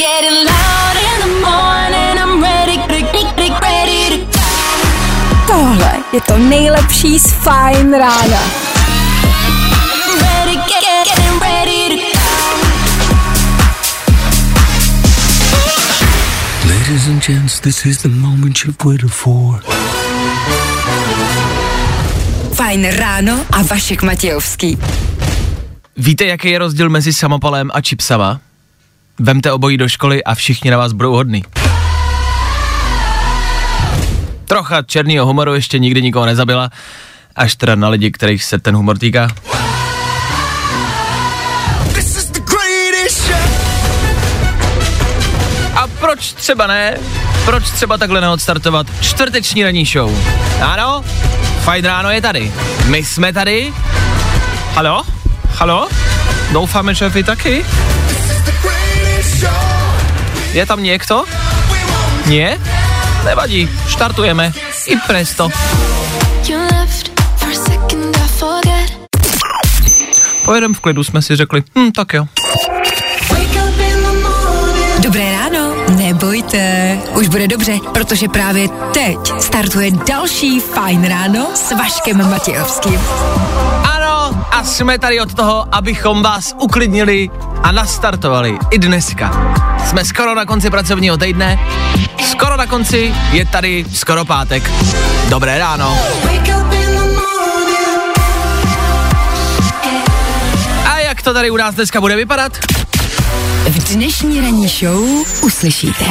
Tohle je to nejlepší z Fajn rána. Ladies and gents, this is the moment you've waited for. Fajn ráno a Vašek Matějovský. Víte, jaký je rozdíl mezi samopalem a čipsama? Vemte obojí do školy a všichni na vás budou hodný. Trocha černýho humoru ještě nikdy nikoho nezabila, až teda na lidi, kterých se ten humor týká. A proč třeba ne? Proč třeba takhle neodstartovat čtvrteční ranní show? Ano, Fajn ráno je tady. My jsme tady. Haló? Haló? Doufáme, že vy taky? Je tam někdo? Nie? Nevadí, štartujeme. I presto. Pojedem v klidu, jsme si řekli. Tak jo. Dobré ráno, nebojte, už bude dobře, protože právě teď startuje další Fajn ráno s Vaškem Matějovským. Ano, a jsme tady od toho, abychom vás uklidnili a nastartovali i dneska. Jsme skoro na konci pracovního týdne, skoro na konci, je tady skoro pátek. Dobré ráno. A jak to tady u nás dneska bude vypadat? V dnešní ranní show uslyšíte.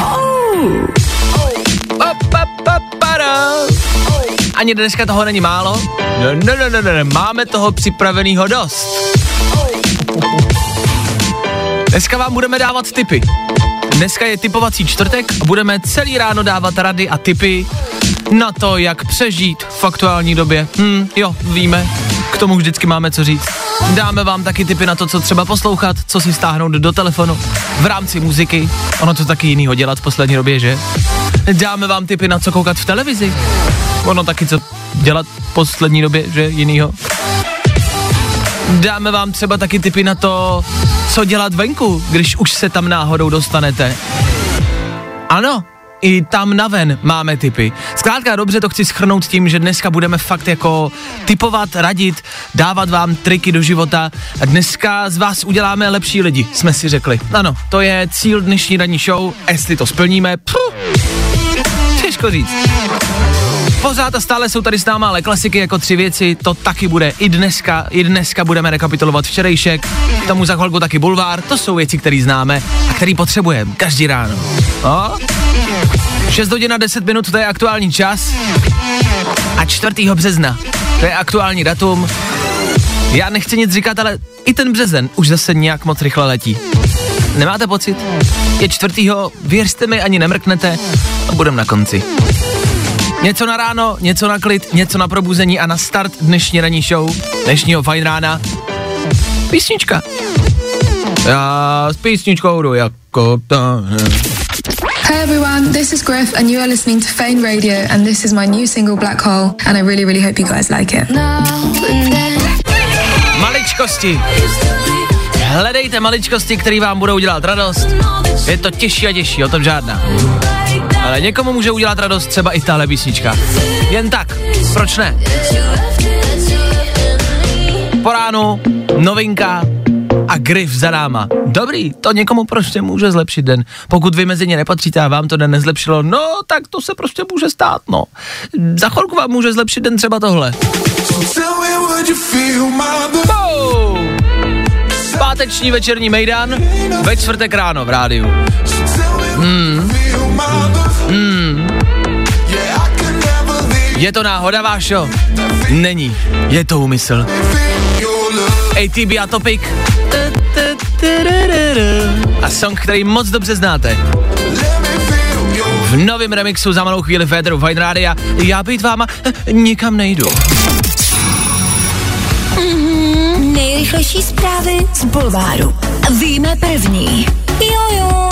Ani dneska toho není málo. Ne, máme toho připravenýho dost. Dneska vám budeme dávat tipy. Dneska je tipovací čtvrtek a budeme celý ráno dávat rady a tipy na to, jak přežít v aktuální době. Jo, víme, k tomu vždycky máme co říct. Dáme vám taky tipy na to, co třeba poslouchat, co si stáhnout do telefonu v rámci muziky. Ono to taky jinýho dělat v poslední době, že? Dáme vám tipy na co koukat v televizi. Ono taky co dělat v poslední době, že jinýho. Dáme vám třeba taky tipy na to, co dělat venku, když už se tam náhodou dostanete. Ano, i tam naven máme tipy. Zkrátka dobře to chci shrnout tím, že dneska budeme fakt jako tipovat, radit, dávat vám triky do života a dneska z vás uděláme lepší lidi, jsme si řekli. Ano, to je cíl dnešní ranní show, jestli to splníme, těžko říct. Pořád a stále jsou tady s náma ale klasiky jako 3 věci, to taky bude i dneska budeme rekapitulovat včerejšek, k tomu za chvilku taky bulvár, to jsou věci, které známe a které potřebujeme každý ráno. 6 hodin a 10 minut, to je aktuální čas a 4. března, to je aktuální datum. Já nechci nic říkat, ale i ten březen už zase nějak moc rychle letí. Nemáte pocit? Je 4. Věřte mi, ani nemrknete a budem na konci. Něco na ráno, něco na klid, něco na probuzení a na start dnešní ranní show, dnešního Fajn rána. Písnička. Já s písničkou jdu jako ta. Hey everyone, this is Griff and you are listening to Fame Radio and this is my new single Black Hole and I really, really hope you guys like it. Maličkosti. Hledejte maličkosti, které vám budou dělat radost. Je to těžší a těžší, o tom žádná. Ale někomu může udělat radost třeba i tahle písnička. Jen tak, proč ne? Po ránu, novinka a Griff za náma. Dobrý, to někomu prostě může zlepšit den. Pokud vy mezi ně nepatříte a vám to den nezlepšilo, no tak to se prostě může stát, no. Za chvilku vám může zlepšit den třeba tohle. Páteční večerní mejdan ve čtvrtek ráno v rádiu. Je to náhoda, Vášo? Není, je to úmysl. ATB a Topic a song, který moc dobře znáte. V novém remixu za malou chvíli Féteru Fajn rádia. Já být váma nikam nejdu. Nejrychlejší zprávy z bulváru. Víme první. Jojo.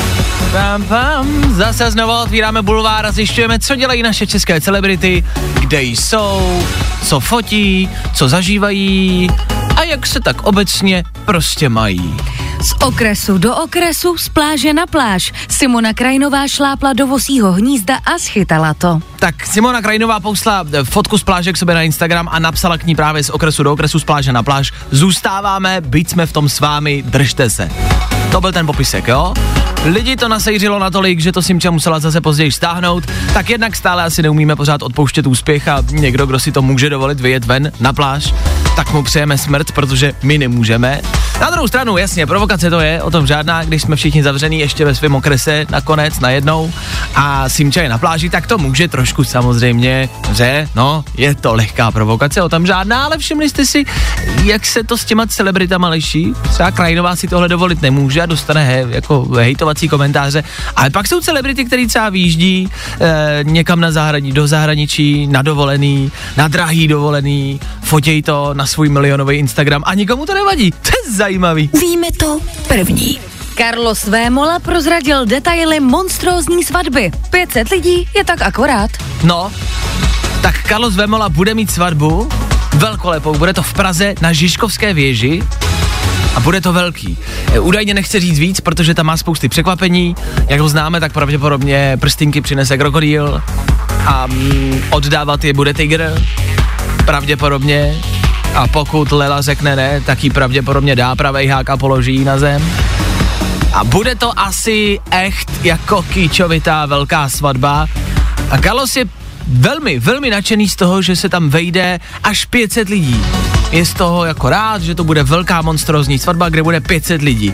Zase znovu otvíráme bulvár a zjišťujeme, co dělají naše české celebrity, kde jsou, co fotí, co zažívají a jak se tak obecně prostě mají. Z okresu do okresu, z pláže na pláž. Simona Krajinová šlápla do vosího hnízda a schytala to. Tak Simona Krajinová poslala fotku z pláže k sobě na Instagram a napsala k ní právě z okresu do okresu, z pláže na pláž. Zůstáváme, byť jsme v tom s vámi, držte se. To byl ten popisek, jo? Lidi to nasejřilo natolik, že to Simča musela zase později stáhnout, tak jednak stále asi neumíme pořád odpouštět úspěch a někdo, kdo si to může dovolit vyjet ven na pláž, tak mu přejeme smrt, protože my nemůžeme. Na druhou stranu, jasně, provokace to je, o tom žádná, když jsme všichni zavření ještě ve svém okrese nakonec, najednou a Simča je na pláži, tak to může trošku samozřejmě, že, no, je to lehká provokace, o tom žádná, ale všimli jste si, jak se to s těma celebritama liší? Třeba Krajinová si tohle dovolit nemůže a dostane jako hejtovací komentáře, ale pak jsou celebrity, který třeba výjíždí někam do zahraničí, na dovolený, na drahý dovolený, fotějí to na svůj milionový Instagram a nikomu to nevadí. To je zajímavý. Víme to první. Carlos Vémola prozradil detaily monstrózní svatby. 500 lidí je tak akorát. No, tak Carlos Vémola bude mít svatbu velkolepou, bude to v Praze na Žižkovské věži a bude to velký. Údajně nechce říct víc, protože tam má spousty překvapení. Jak ho známe, tak pravděpodobně prstinky přinese krokodýl a oddávat je bude tygr. Pravděpodobně. A pokud Lela řekne ne, tak ji pravděpodobně dá pravej hák a položí na zem. A bude to asi echt jako kýčovitá velká svatba. A Carlos je velmi, velmi nadšený z toho, že se tam vejde až 500 lidí. Je z toho jako rád, že to bude velká monstrózní svatba, kde bude 500 lidí.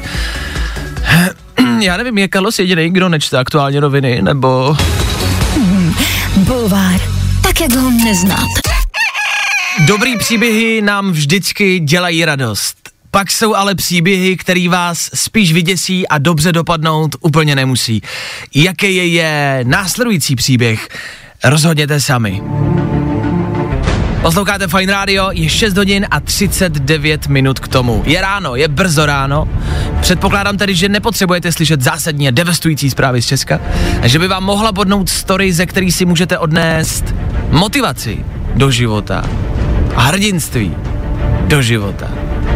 Já nevím, je Carlos jediný, kdo nečte aktuálně noviny, nebo... Bulvár, tak jak ho neznáte. Dobrý příběhy nám vždycky dělají radost. Pak jsou ale příběhy, který vás spíš vyděsí a dobře dopadnout úplně nemusí. Jaký je následující příběh? Rozhodněte sami. Posloucháte Fajn Radio, je 6 hodin a 39 minut k tomu. Je ráno, je brzo ráno. Předpokládám tedy, že nepotřebujete slyšet zásadně devastující zprávy z Česka, a že by vám mohla bodnout story, ze který si můžete odnést motivaci do života a hrdinství do života.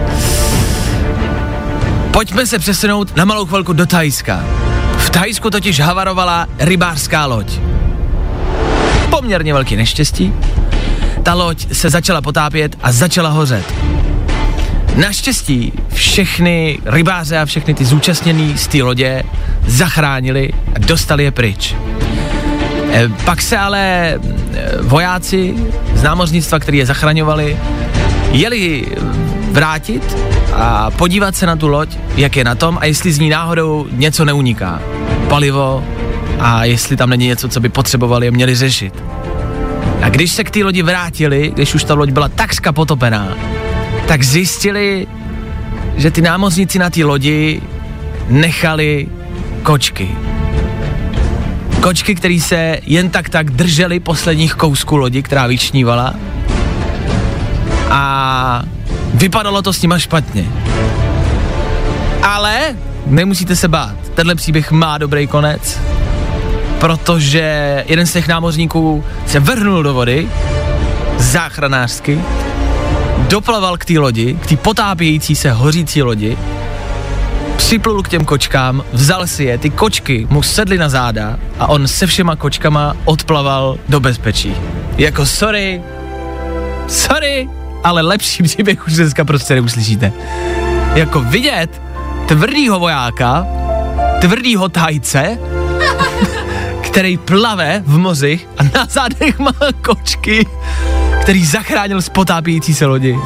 Pojďme se přesunout na malou chvilku do Thajska. V Thajsku totiž havarovala rybářská loď. Poměrně velký neštěstí. Ta loď se začala potápět a začala hořet. Naštěstí všechny rybáře a všechny ty zúčastněný z té lodě zachránili a dostali je pryč. Pak se ale vojáci z námořnictva, který je zachraňovali, jeli vrátit a podívat se na tu loď, jak je na tom a jestli z ní náhodou něco neuniká. Palivo a jestli tam není něco, co by potřebovali a měli řešit. A když se k té lodi vrátili, když už ta loď byla takřka potopená, tak zjistili, že ty námořníci na té lodi nechali kočky. Kočky, které se jen tak držely posledních kousků lodi, která vyčnívala. A vypadalo to s nima špatně. Ale nemusíte se bát, tenhle příběh má dobrý konec, protože jeden z těch námořníků se vrhnul do vody, záchranářsky, doplaval k té lodi, k té potápějící se hořící lodi, připlul k těm kočkám, vzal si je, ty kočky mu sedly na záda a on se všema kočkama odplaval do bezpečí. Jako sorry, ale lepší příběh už dneska prostě neuslyšíte. Jako vidět tvrdýho vojáka, tvrdýho Thajce, který plave v moři a na zádech má kočky, který zachránil z potápějící se lodi.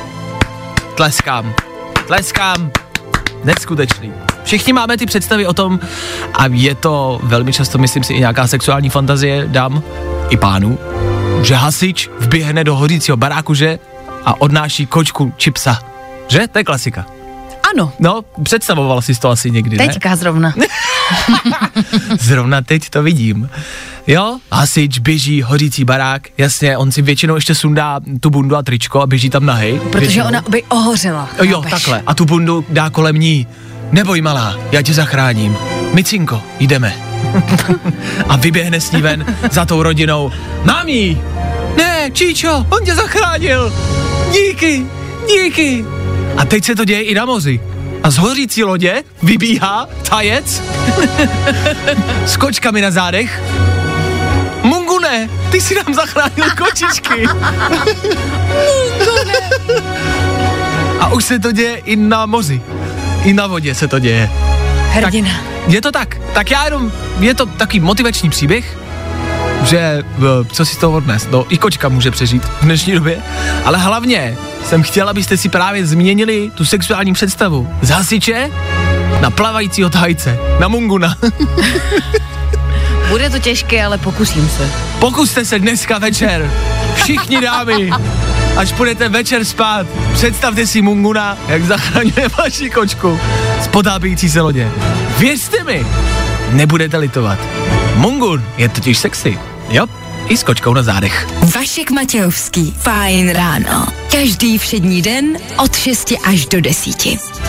Tleskám, neskutečný. Všichni máme ty představy o tom, a je to velmi často, myslím si, i nějaká sexuální fantazie dam i pánů, že hasič vběhne do hořícího baráku, že? A odnáší kočku či psa. Že? To je klasika. Ano. No, představoval jsi to asi někdy, ne? Teďka zrovna. Zrovna teď to vidím. Jo, hasič běží, hořící barák, jasně, on si většinou ještě sundá tu bundu a tričko a běží tam nahej. Protože většinou ona by ohořela. Jo, takhle. A tu bundu dá kolem ní. Neboj malá, já tě zachráním. Micinko, jdeme. A vyběhne s ní ven za tou rodinou. Mami! Ne, Číčo, on tě zachránil. Díky. A teď se to děje i na moři. a z hořící lodě vybíhá tajec s kočkami na zádech. Mungune, ty si nám zachránil kočičky. Mungune. A už se to děje i na moři. I na vodě se to děje. Hrdina. Tak, je to tak. Tak já jenom, je to takový motivační příběh, že co si z toho odnes, no i kočka může přežít v dnešní době, ale hlavně jsem chtěl, abyste si právě změnili tu sexuální představu z hasiče na plavajícího tajce, na munguna. Bude to těžké, ale pokusím se. Pokuste se dneska večer, všichni dámy, až půjdete večer spát, představte si munguna, jak zachraňuje vaši kočku z potápějící se lodě. Věřte mi, nebudete litovat. Mungun je totiž sexy, jo? I s kočkou na zádech. Vašek Matějovský, Fajn ráno. Každý všední den od 6 až do 10.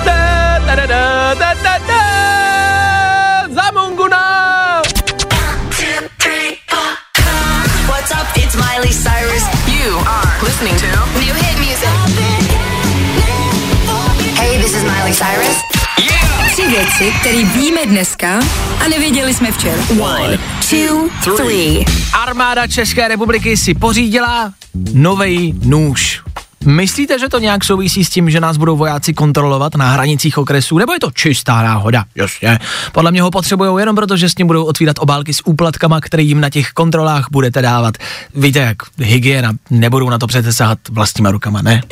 Za Munguna! What's up? It's Miley Cyrus. You are listening to new hit music. Hey, this is Miley Cyrus. Yeah! 3 věci, které víme dneska a nevěděli jsme včera. 1, 2, 3. Armáda České republiky si pořídila novej nůž. Myslíte, že to nějak souvisí s tím, že nás budou vojáci kontrolovat na hranicích okresů, nebo je to čistá náhoda? Jasně. Podle mě ho potřebujou jenom proto, že s ním budou otvírat obálky s úplatkama, které jim na těch kontrolách budete dávat. Víte jak, hygiena, nebudou na to přece sahat vlastníma rukama, ne?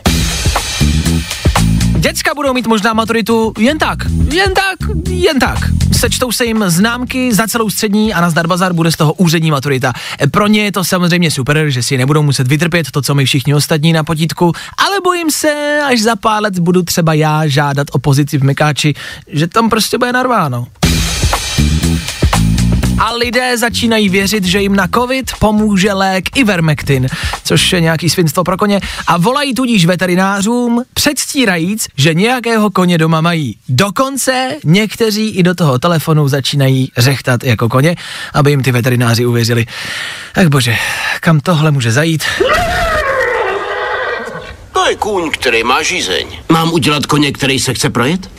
Děcka budou mít možná maturitu jen tak. Sečtou se jim známky za celou střední a nazdar bazar, bude z toho úřední maturita. Pro ně je to samozřejmě super, že si nebudou muset vytrpět to, co my všichni ostatní na potítku, ale bojím se, až za pár let budu třeba já žádat o pozici v Mekáči, že tam prostě bude narváno. A lidé začínají věřit, že jim na covid pomůže lék Ivermectin, což je nějaký svinstvo pro koně, a volají tudíž veterinářům, předstírajíc, že nějakého koně doma mají. Dokonce někteří i do toho telefonu začínají řechtat jako koně, aby jim ty veterináři uvěřili. Ach bože, kam tohle může zajít? To je kůň, který má žízeň. Mám udělat koně, který se chce projet?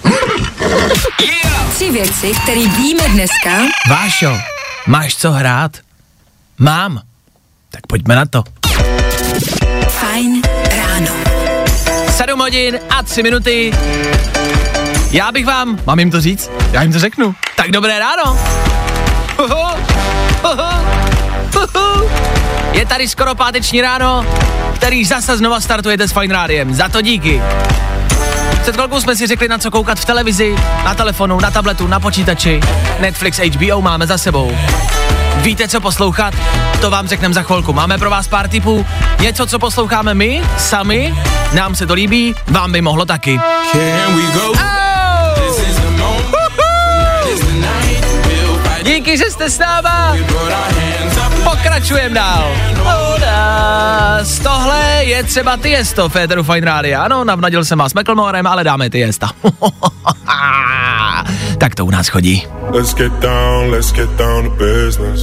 3 věci, které víme dneska. Vášo, máš co hrát? Mám. Tak pojďme na to. Fajn ráno. 7 hodin a 3 minuty. Já bych vám, mám jim to říct? Já jim to řeknu. Tak dobré ráno. Je tady skoro páteční ráno, který zase znova startujete s Fajn rádiem. Za to díky. Před chvilkou jsme si řekli, na co koukat v televizi, na telefonu, na tabletu, na počítači. Netflix, HBO máme za sebou. Víte, co poslouchat? To vám řekneme za chvilku. Máme pro vás pár tipů. Něco, co posloucháme my, sami. Nám se to líbí, vám by mohlo taky. Díky, že jste s náma. Pokračujeme dál. Tohle je třeba Tiesto v éteru Fajn rádia. Ano, navnadil jsem vás Macklemorem, ale dáme Tiesta. Tak to u nás chodí. Let's get down to business.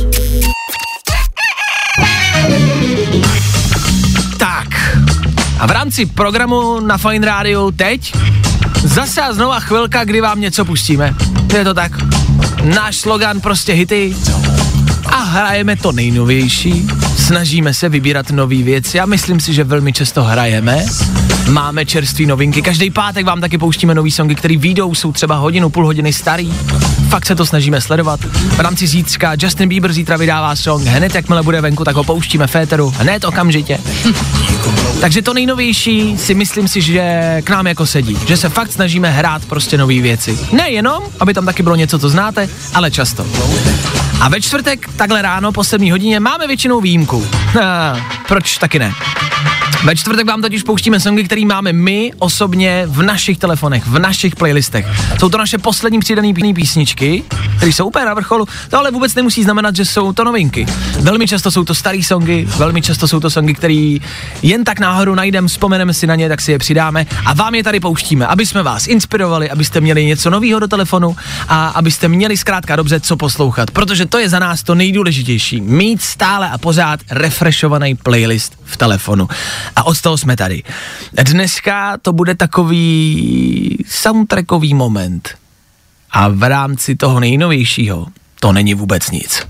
Tak. A v rámci programu na Fajn rádiu teď zase a znova chvilka, kdy vám něco pustíme. Je to tak. Náš slogan prostě hity. A hrajeme to nejnovější, snažíme se vybírat nový věci a myslím si, že velmi často hrajeme. Máme čerství novinky, každý pátek vám taky pouštíme nový songy, který vyjdou, jsou třeba hodinu, půl hodiny starý. Fakt se to snažíme sledovat. V rámci zítřka Justin Bieber zítra vydává song, hned jakmile bude venku, tak ho pouštíme féteru, hned okamžitě. Takže to nejnovější si myslím si, že k nám jako sedí, že se fakt snažíme hrát prostě nový věci. Nejenom, aby tam taky bylo něco, co znáte, ale často. A ve čtvrtek, takhle ráno, po 7 hodině, máme většinou výjimku. Proč taky ne? Ve čtvrtek vám totiž pouštíme songy, který máme my osobně v našich telefonech, v našich playlistech. Jsou to naše poslední přidané písničky, který jsou úplně na vrcholu. To ale vůbec nemusí znamenat, že jsou to novinky. Velmi často jsou to starý songy, velmi často jsou to songy, který jen tak náhodou najdeme, vzpomeneme si na ně, tak si je přidáme a vám je tady pouštíme, aby jsme vás inspirovali, abyste měli něco nového do telefonu a abyste měli zkrátka dobře co poslouchat, protože to je za nás to nejdůležitější. Mít stále a pořád refreshovaný playlist v telefonu. A od toho jsme tady. Dneska to bude takový soundtrackový moment. A v rámci toho nejnovějšího to není vůbec nic.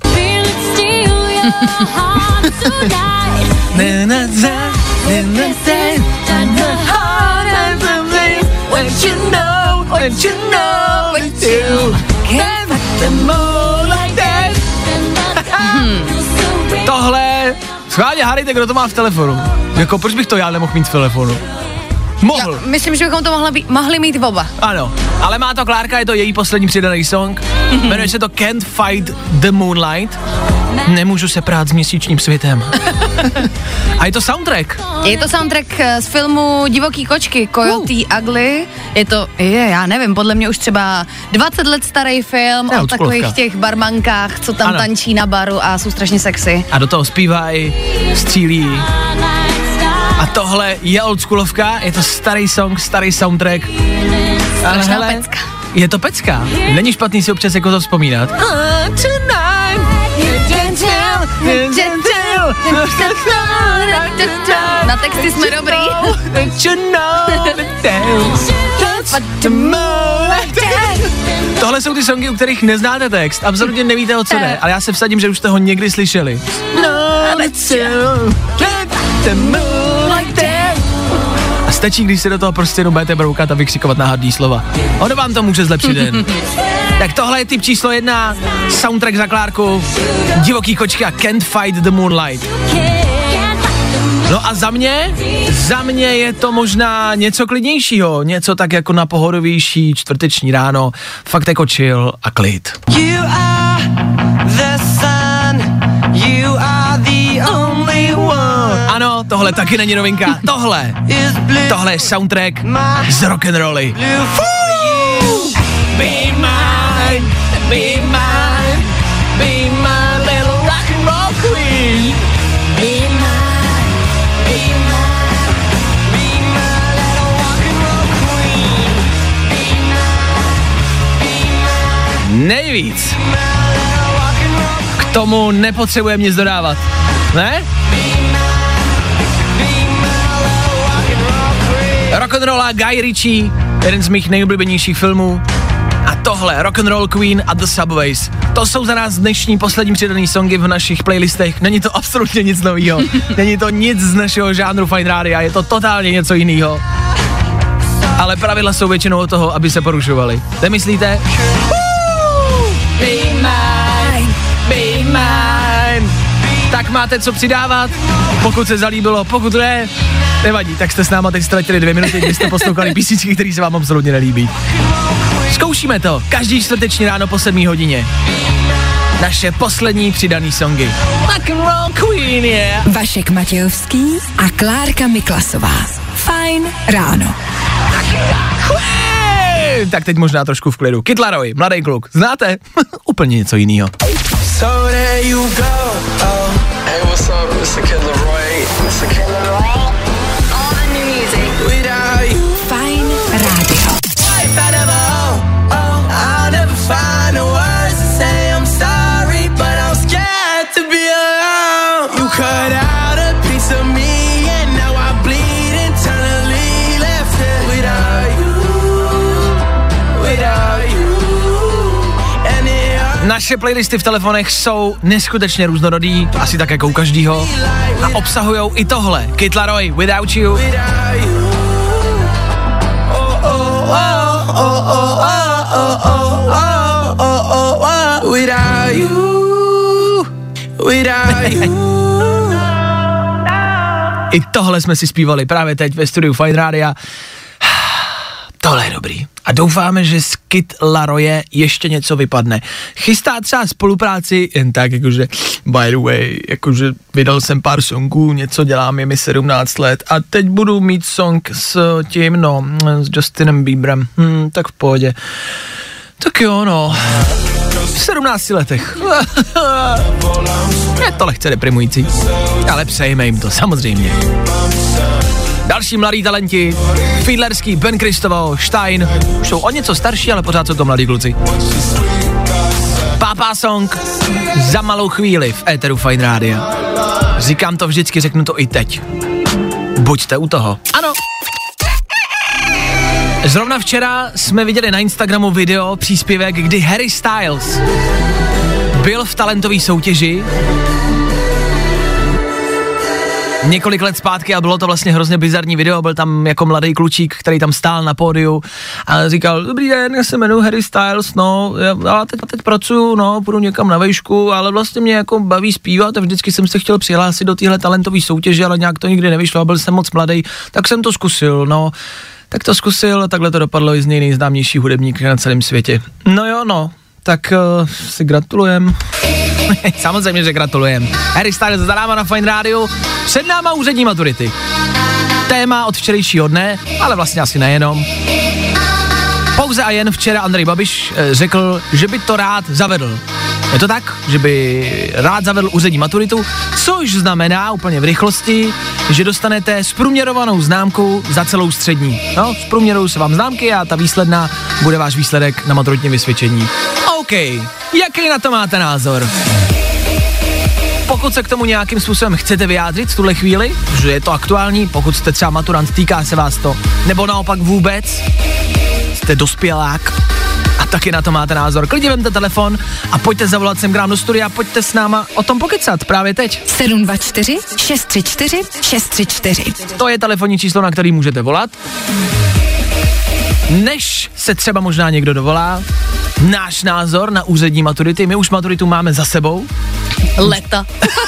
Tohle, schválně hádejte, kdo to má v telefonu. Jako, proč bych to já nemohl mít v telefonu? Mohl. Já myslím, že bychom to mohli mít oba. Ano, ale má to Klárka, je to její poslední přidaný song. Jmenuje se to Can't Fight the Moonlight. Nemůžu se prát s měsíčním světem. A je to soundtrack. Je to soundtrack z filmu Divoký kočky, Coyote Ugly. Je to, já nevím, podle mě už třeba 20 let starý film o takových těch barmankách, co tam tančí na baru a jsou strašně sexy. A do toho zpívají, střílí. A tohle je oldschoolovka, je to starý song, starý soundtrack. Ale hele, pecka. Je to pecka. Není špatný si občas jako to vzpomínat. Na texty jsme dobrý. Tohle jsou ty songy, u kterých neznáte text, absolutně nevíte, o co jde, ale já se vsadím, že už jste ho někdy slyšeli. A stačí, když se do toho prostě jenom budete broukat a vykřikovat náhodný slova. Ono vám to může zlepšit den. Tak tohle je tip číslo 1, soundtrack za Klárku, Divoký kočky a Can't Fight the Moonlight. No a za mě je to možná něco klidnějšího, něco tak jako na pohodovější čtvrteční ráno, fakt jako chill a klid. You are the sun, you are the only one. Ano, tohle taky není novinka, tohle je soundtrack z rock'n'rolly. Be mine, be mine, be my little rock'n'roll queen. Nejvíc. K tomu nepotřebujeme nic dodávat. Ne? Rock'n'rolla Guy Ritchie, jeden z mých nejoblíbenějších filmů. A tohle, Rock'n'Roll Queen a The Subways. To jsou za nás dnešní poslední přidaný songy v našich playlistech. Není to absolutně nic novýho. Není to nic z našeho žánru Fine Rádia, je to totálně něco jiného. Ale pravidla jsou většinou od toho, aby se porušovaly. Nemyslíte? Be mine, be mine. Tak máte co přidávat, pokud se zalíbilo, pokud ne, nevadí, tak jste s náma teď ztratili 2 minuty, kdy jste poslouchali písničky, které se vám absolutně nelíbí. Zkoušíme to každý čtvrteční ráno po 7 hodině. Naše poslední přidaný songy. Rock'n'roll Queen, yeah. Vašek Matějovský a Klárka Miklasová. Fajn ráno. Tak teď možná trošku v klidu. Kid Laroi, mladý kluk, znáte? Úplně něco jinýho. So there you go. Oh. Hey, what's up? Mr. Kid Laroi. Mr. Kid Laroi. All the new music. Without you. Fajn rádio. If I never I'll never find the words to say I'm sorry, but I'm scared to be alone. You cut out a piece of me and now I bleed internally, left it without you. Naše playlisty v telefonech jsou neskutečně různorodý, asi tak jako u každýho, a obsahujou i tohle. Kid Laroi, Without You. I tohle jsme si zpívali právě teď ve studiu Fine Rádia. Tohle je dobrý. A doufáme, že z Kid Laroie ještě něco vypadne. Chystá třeba spolupráci, jen tak, jakože, by the way, jakože vydal jsem pár songů, něco dělám, je mi 17 let a teď budu mít song s tím, s Justinem Bieberem. Tak v pohodě. Tak jo, no. V 17 letech. Je to lehce deprimující. Ale přejme jim to, samozřejmě. Další mladí talenti, Fiedlerský, Ben Kristovo, Stein, už jsou o něco starší, ale pořád jsou to mladí kluci. Papa Song, za malou chvíli v éteru Fajn Rádia. Říkám to vždycky, řeknu to i teď. Buďte u toho. Ano. Zrovna včera jsme viděli na Instagramu video, příspěvek, kdy Harry Styles byl v talentové soutěži několik let zpátky a bylo to vlastně hrozně bizarní video, byl tam jako mladý klučík, který tam stál na pódiu a říkal, dobrý den, já se jmenuji Harry Styles, no, já teď pracuju, no, půjdu někam na vejšku, ale vlastně mě jako baví zpívat a vždycky jsem se chtěl přihlásit do téhle talentové soutěže, ale nějak to nikdy nevyšlo a byl jsem moc mladý, tak jsem to zkusil, no. Tak to zkusil a takhle to dopadlo i z něj nejznámější hudebník na celém světě. No jo, no, tak si gratulujem. Samozřejmě, že gratulujem. Harry Styles za náma na Fajn Rádiu, před náma úřední maturity. Téma od včerejšího dne, ale vlastně asi nejenom. Pouze a jen včera Andrej Babiš řekl, že by to rád zavedl. Je to tak, že by rád zavedl úřední maturitu, což znamená úplně v rychlosti, že dostanete zprůměrovanou známku za celou střední. No, zprůměrují se vám známky a ta výsledná bude váš výsledek na maturitním vysvědčení. OK, jaký na to máte názor? Pokud se k tomu nějakým způsobem chcete vyjádřit v tuhle chvíli, že je to aktuální, pokud jste třeba maturant, týká se vás to, nebo naopak vůbec, jste dospělák a taky na to máte názor. Klidně vemte telefon a pojďte zavolat sem k nám do studia, pojďte s náma o tom pokecat právě teď. 724 634 634. To je telefonní číslo, na který můžete volat. Než se třeba možná někdo dovolá, náš názor na úřední maturity, my už maturitu máme za sebou. Leta.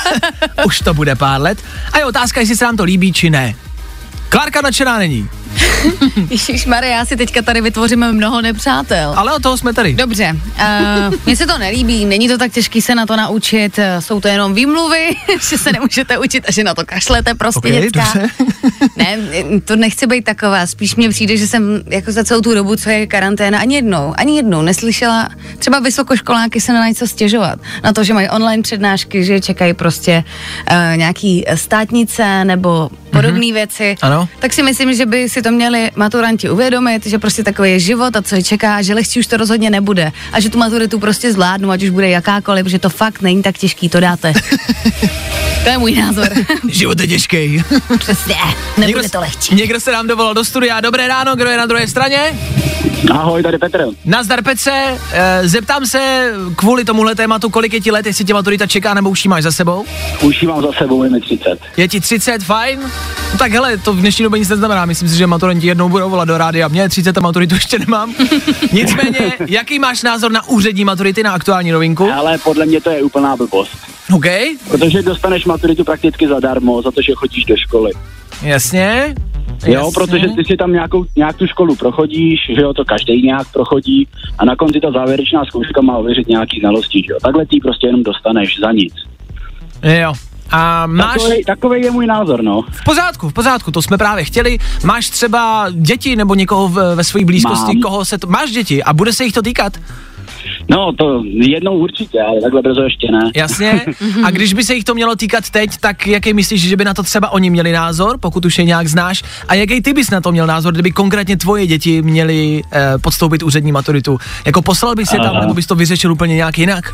Už to bude pár let. A je otázka, jestli se nám to líbí, či ne. Klárka nadšená není. Ježišmarja, já si teďka tady vytvoříme mnoho nepřátel. Ale od toho jsme tady. Dobře, mně se to nelíbí, není to tak těžký se na to naučit, jsou to jenom výmluvy, že se nemůžete učit a že na to kašlete prostě okay, děcka. Ne, to nechci být taková, spíš mně přijde, že jsem jako za celou tu dobu, co je karanténa, ani jednou neslyšela třeba vysokoškoláky se na něco stěžovat. Na to, že mají online přednášky, že čekají prostě nějaký státnice nebo podobné věci. Ano. Tak si myslím, že by si to měli maturanti uvědomit, že prostě takový je život a co je čeká, že lehčí už to rozhodně nebude a že tu maturitu prostě zvládnu, ať už bude jakákoliv, že to fakt není tak těžký, to dáte. To je můj názor. Život je těžký. Přesně, nebude to lehčí. Někdo se nám dovolal do studia. Dobré ráno, kdo je na druhé straně? Ahoj, tady Petr. Nazdar Petře, zeptám se kvůli tomuhle tématu, kolik je ti let, jestli tě maturita čeká, nebo už ji máš za sebou? Už ji mám za sebou, je mi 30. Je ti 30, fajn? No tak hele, to v dnešní době nic neznamená, myslím si, že maturanti jednou budou volat do rádia, mě 30 a maturitu ještě nemám. Nicméně, jaký máš názor na úřední maturity, na aktuální novinku? Ale podle mě to je úplná blbost. OK. Protože dostaneš maturitu prakticky zadarmo, za to, že chodíš do školy. Jasně. Jo, protože ty si tam nějak tu školu prochodíš, že jo, to každý nějak prochodí a na konci ta závěrečná zkouška má ověřit nějaký znalosti, že jo. Takhle ty prostě jenom dostaneš za nic. Jo. A máš... Takovej je můj názor, no. V pořádku, to jsme právě chtěli. Máš třeba děti nebo někoho ve své blízkosti, koho se to... Máš děti a bude se jich to týkat? No, to jednou určitě, ale takhle brzo ještě ne. Jasně. A když by se jich to mělo týkat teď, tak jaký myslíš, že by na to třeba oni měli názor, pokud už je nějak znáš? A jaký ty bys na to měl názor, kdyby konkrétně tvoje děti měly podstoupit úřední maturitu? Jako poslal bys je tam, nebo bys to vyřešil úplně nějak jinak?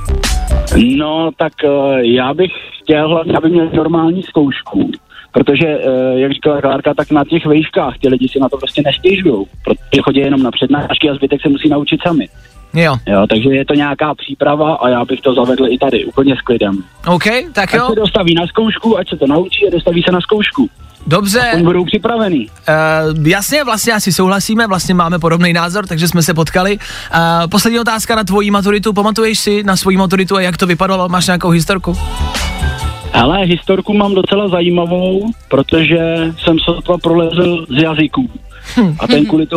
No, tak já bych chtěl hlavně, aby měl normální zkoušku. Protože, jak říkala Klárka, tak na těch vejškách ty lidi si na to prostě nestěžují, protože chodí jenom na přednášky a zbytek se musí naučit sami. Jo, takže je to nějaká příprava a já bych to zavedl i tady, úplně s klidem. OK, tak jo. Ať se dostaví na zkoušku, ať se to naučí a dostaví se na zkoušku. Dobře. Aspoň budou připravený. Jasně, vlastně asi souhlasíme, vlastně máme podobný názor, takže jsme se potkali. Poslední otázka na tvoji maturitu, pamatuješ si na svoji maturitu a jak to vypadalo, máš nějakou historku? Ale historku mám docela zajímavou, protože jsem sotva prolezl z jazyků. A ten kvůli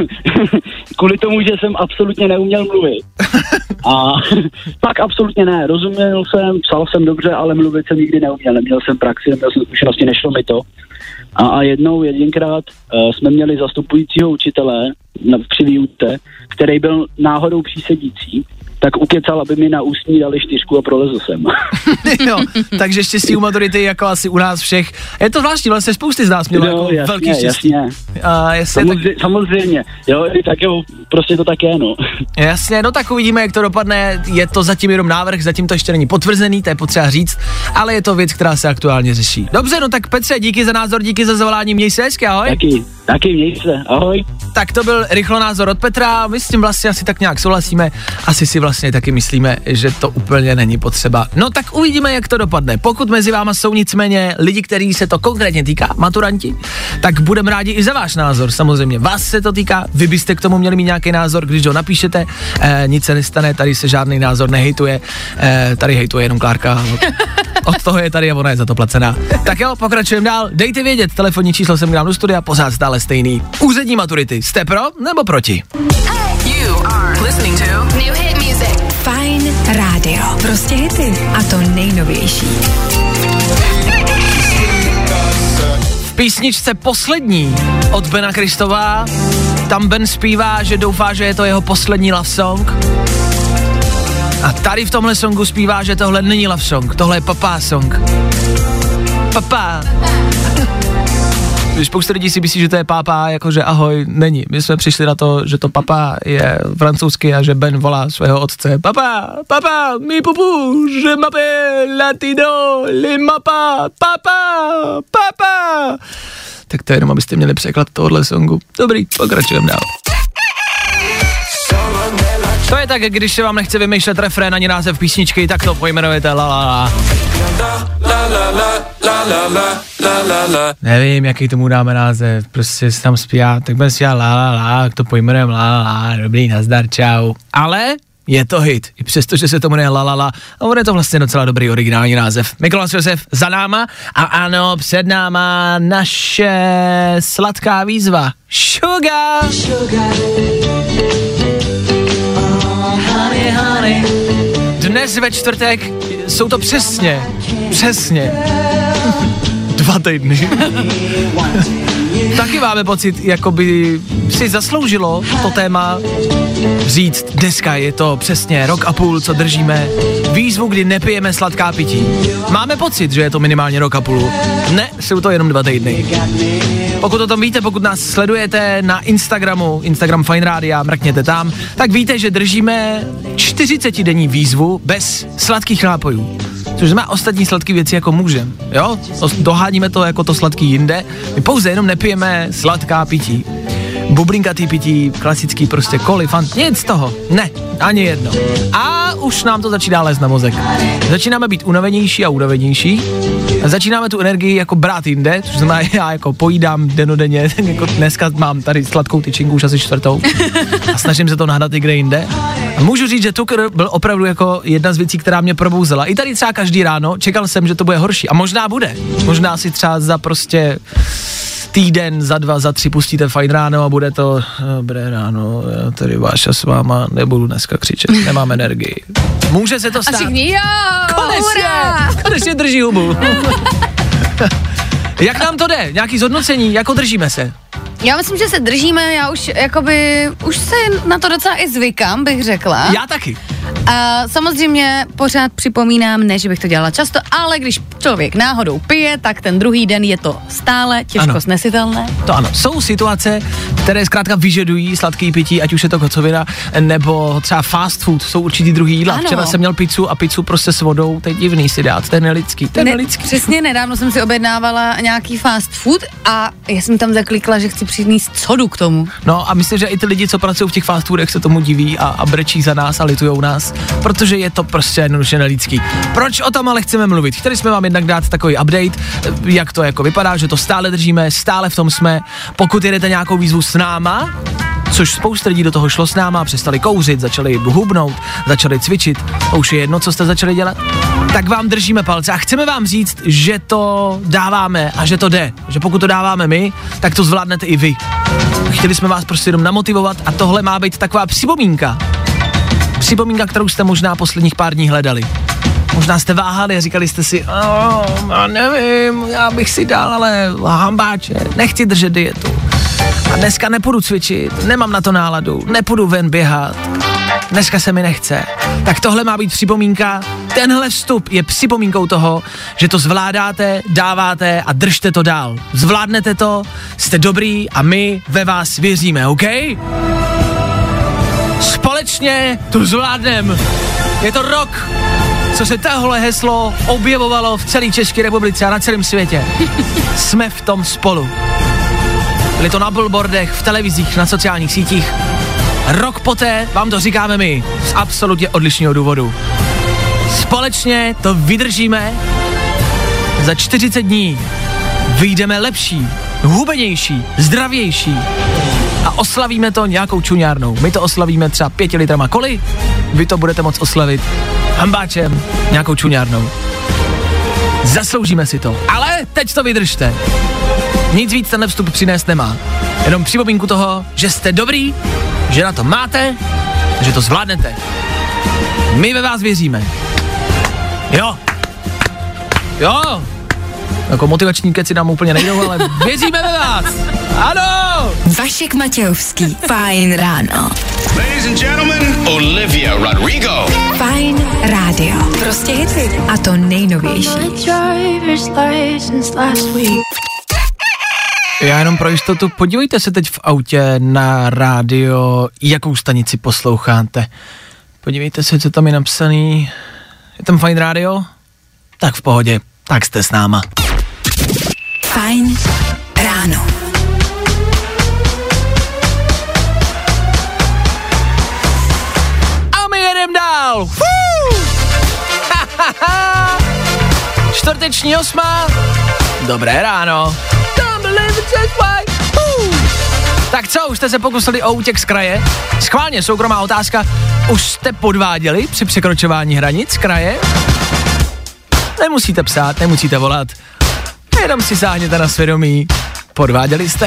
tomu, že jsem absolutně neuměl mluvit. A pak absolutně ne, rozuměl jsem, psal jsem dobře, ale mluvit jsem nikdy neuměl. Neměl jsem praxi, neměl jsem zkušenosti, nešlo mi to. A jedinkrát jsme měli zastupujícího učitele při výuce, který byl náhodou přísedící. tak ukecal, aby mi na ústní dali 4 a prolezl jsem. Jo, takže štěstí u maturity jako asi u nás všech. Je to zvláštní, vlastně spousty z nás mělo jako jasně, velký štěstí. Jasně. Samozřejmě, jo, tak jo, prostě to tak je, no. Jasně, no tak uvidíme, jak to dopadne, je to zatím jenom návrh, zatím to ještě není potvrzený, to je potřeba říct, ale je to věc, která se aktuálně řeší. Dobře, no tak Petře, díky za názor, díky za zavolání, měj se hezky, ahoj. Taky měj se, ahoj. Tak to byl rychlo názor od Petra, my s tím vlastně asi tak nějak souhlasíme, asi si vlastně taky myslíme, že to úplně není potřeba. No tak uvidíme, jak to dopadne. Pokud mezi váma jsou nicméně lidi, který se to konkrétně týká, maturanti, tak budeme rádi i za váš názor. Samozřejmě vás se to týká, vy byste k tomu měli mít nějaký názor, když ho napíšete, nic se nestane, tady se žádný názor nehejtuje, tady hejtuje jenom Klárka. Od toho je tady a ona je za to placená. Tak jo, pokračujeme dál. Dejte vědět, telefonní číslo jsem dám do studia, pořád stále stejný. Úřední maturity, jste pro nebo proti? You are listening to New Hit Music. Fajn rádio. Prostě hity. A to nejnovější. V písničce Poslední od Bena Kristová tam Ben zpívá, že doufá, že je to jeho poslední love song. A tady v tomhle songu zpívá, že tohle není love song, tohle je papá song. Papá. Když spousta lidí si myslí, že to je pápa, jakože ahoj, není. My jsme přišli na to, že to papá je francouzsky a že Ben volá svého otce. Papá, mi pupu, je m'appelle latino, le mapa, papá. Tak to je jenom, abyste měli překlad tohohle songu. Dobrý, pokračujeme dál. To je tak, když se vám nechce vymýšlet refrén ani název písničky, tak to pojmenujete la la la. Nevím, jaký tomu dáme název, prostě se tam zpívá, tak budeme zpívat la la la, jak to pojmenujeme la la la, dobrý, nazdar, čau. Ale je to hit, i přesto, že se tomu jmenuje la la la, a on je to vlastně docela dobrý originální název. Mikolas Josef za náma a ano, před náma naše sladká výzva. Sugar. Dnes ve čtvrtek jsou to přesně 2 týdny. Taky máme pocit, jako by si zasloužilo to téma říct, dneska je to přesně 1,5 roku, co držíme výzvu, kdy nepijeme sladká pití. Máme pocit, že je to minimálně 1,5 roku. Ne, jsou to jenom 2 týdny. Pokud o tom víte, pokud nás sledujete na Instagram Fajn Rádia, mrkněte tam, tak víte, že držíme 40denní výzvu bez sladkých nápojů. Což znamená ostatní sladké věci jako můžem, jo? Doháníme to jako to sladký jinde, my pouze jenom nepijeme sladká pití. Bublinkatý pití, klasický prostě koly, fant, nic z toho, ne, ani jedno. A už nám to začíná lézt na mozek. Začínáme být unavenější a unavenější. A začínáme tu energii jako brát jinde, což znamená, já jako pojídám denodenně, jako dneska mám tady sladkou tyčinku už asi 4. a snažím se to nahnat i kde jinde. A můžu říct, že cukr byl opravdu jako jedna z věcí, která mě probouzela. I tady třeba každý ráno čekal jsem, že to bude horší a možná bude. Možná si třeba za prostě týden, za 2, za 3 pustíte Fajn ráno a bude to dobré ráno, já tady Váša s váma, nebudu dneska křičet, nemám energii. Může se to stát. A všichni, jo, konečně drží hubu. Jak nám to jde? Nějaký zhodnocení, jako držíme se? Já myslím, že se držíme, já už se na to docela i zvykám, bych řekla. Já taky. A samozřejmě pořád připomínám, ne, že bych to dělala často, ale když člověk náhodou pije, tak ten druhý den je to stále těžko snesitelné. To ano, jsou situace, které zkrátka vyžadují sladký pití, ať už je to kocovina, nebo třeba fast food, jsou určitý druhý jídla. Ano. Včera jsem měl pizzu a pizzu prostě s vodou, to je divný si dát, to je nelidský. Přesně, nedávno jsem si objednávala nějaký fast food a já jsem tam zaklikla, že chci přinést sodu k tomu. No a myslím, že i ty lidi, co pracují v těch fast foodech, se tomu diví a brečí za nás a litujou nás, protože je to prostě jednoduše nelidský. Proč o tom ale chceme mluvit? Chtěli jsme vám jednak dát takový update, jak to jako vypadá, že to stále držíme, stále v tom jsme. Pokud jedete nějakou výzvu s náma, což spousta lidí do toho šlo s náma, přestali kouřit, začali hubnout, začali cvičit, a už je jedno, co jste začali dělat, tak vám držíme palce a chceme vám říct, že to dáváme a že to jde, že pokud to dáváme my, tak to zvládnete i vy. Chtěli jsme vás prostě jenom namotivovat a tohle má být taková připomínka, kterou jste možná posledních pár dní hledali. Možná jste váhali a říkali jste si, já nevím, já bych si dal, ale hambáče, nechci držet dietu. A dneska nepůjdu cvičit, nemám na to náladu, nepůjdu ven běhat. dneska se mi nechce. Tak tohle má být připomínka, tenhle vstup je připomínkou toho, že to zvládáte, dáváte a držte to dál. Zvládnete to, jste dobrý a my ve vás věříme, OK? Společně to zvládnem. Je to rok, co se tohle heslo objevovalo v celé České republice a na celém světě. Jsme v tom spolu. Byli to na billboardech, v televizích, na sociálních sítích. Rok poté vám to říkáme my z absolutně odlišného důvodu. Společně to vydržíme. Za 40 dní vyjdeme lepší, hubenější, zdravější a oslavíme to nějakou čuňárnou. My to oslavíme třeba 5 litrama koly, vy to budete moct oslavit hambáčem, nějakou čuňárnou. Zasloužíme si to, ale teď to vydržte. Nic víc ten vstup přinést nemá. Jenom připomínku toho, že jste dobrý, že na to máte, že to zvládnete. My ve vás věříme. Jo. Jako motivační keci nám úplně nejdou, ale věříme ve vás. Ano. Vašek Matějovský, Fajn ráno. Ladies and gentlemen, Olivia Rodrigo. Fajn rádio. Prostě hity. A to nejnovější. Já jenom pro jistotu, podívejte se teď v autě na rádio, jakou stanici posloucháte. Podívejte se, co tam je napsaný. Je tam Fajn rádio? Tak v pohodě, tak jste s náma. Fajn ráno. A my jedem dál. Čtvrteční 8. Dobré ráno. Tak co, už jste se pokusili o útěk z kraje? Schválně, soukromá otázka. Už jste podváděli při překročování hranic kraje? Nemusíte psát, nemusíte volat. Jenom si sáhněte na svědomí. Podváděli jste?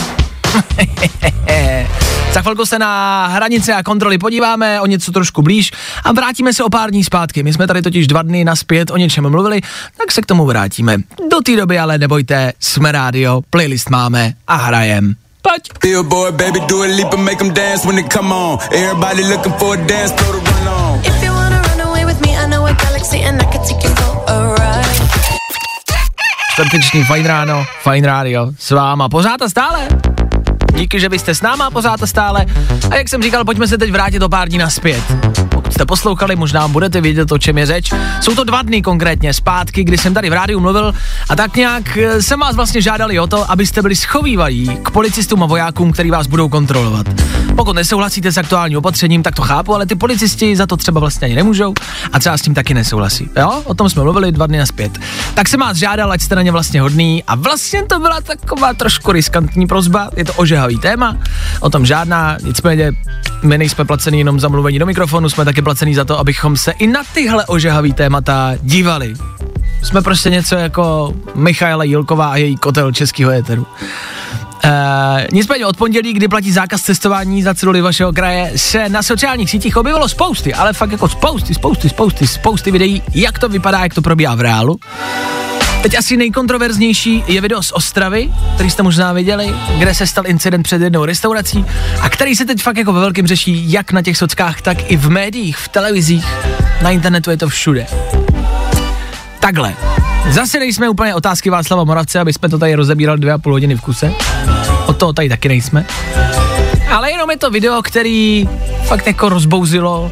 Za chvilku se na hranice a kontroly podíváme o něco trošku blíž a vrátíme se o pár dní zpátky. My jsme tady totiž 2 dny nazpět o něčem mluvili, tak se k tomu vrátíme. Do té doby ale nebojte, jsme rádio, playlist máme a hrajem. Pojď. Billboard, baby, do a leap and make them dance when they come on. Everybody looking for a dance, throw the run on. If you wanna run away with me, I know a galaxy and I can take you for a ride. Čtvrteční Fajn ráno, Fajn rádio, s váma pořád a stále. Díky, že byste s náma pořád a stále. A jak jsem říkal, pojďme se teď vrátit o pár dní nazpět. Pokud jste poslouchali, možná budete vědět, o čem je řeč. Jsou to 2 dny konkrétně zpátky, kdy jsem tady v rádiu mluvil a tak nějak jsem vás vlastně žádali o to, abyste byli schovývají k policistům a vojákům, který vás budou kontrolovat. Pokud nesouhlasíte s aktuálním opatřením, tak to chápu, ale ty policisti za to třeba vlastně ani nemůžou a třeba s tím taky nesouhlasí. Jo? O tom jsme mluvili 2 dny nazpět. Tak jsem vás žádal, ať jste na ně vlastně hodný a vlastně to byla taková trošku riskantní prosba, je to ožehavý téma, o tom žádná, nicméně my nejsme placený jenom za mluvení do mikrofonu, jsme taky placený za to, abychom se i na tyhle ožehavý témata dívali. Jsme prostě něco jako Michaela Jílková a její kotel českého éteru. Nicméně od pondělí, kdy platí zákaz cestování za ceduly vašeho kraje, se na sociálních sítích objevilo spousty, ale fakt jako spousty videí, jak to vypadá, jak to probíhá v reálu. Teď asi nejkontroverznější je video z Ostravy, který jste možná viděli, kde se stal incident před jednou restaurací a který se teď fakt jako ve velkém řeší jak na těch sockách, tak i v médiích, v televizích, na internetu je to všude. Takhle. Zase nejsme úplně otázky Václava Moravce, aby jsme to tady rozebírali 2,5 hodiny v kuse. Od toho tady taky nejsme. Ale jenom je to video, který fakt jako rozbouzilo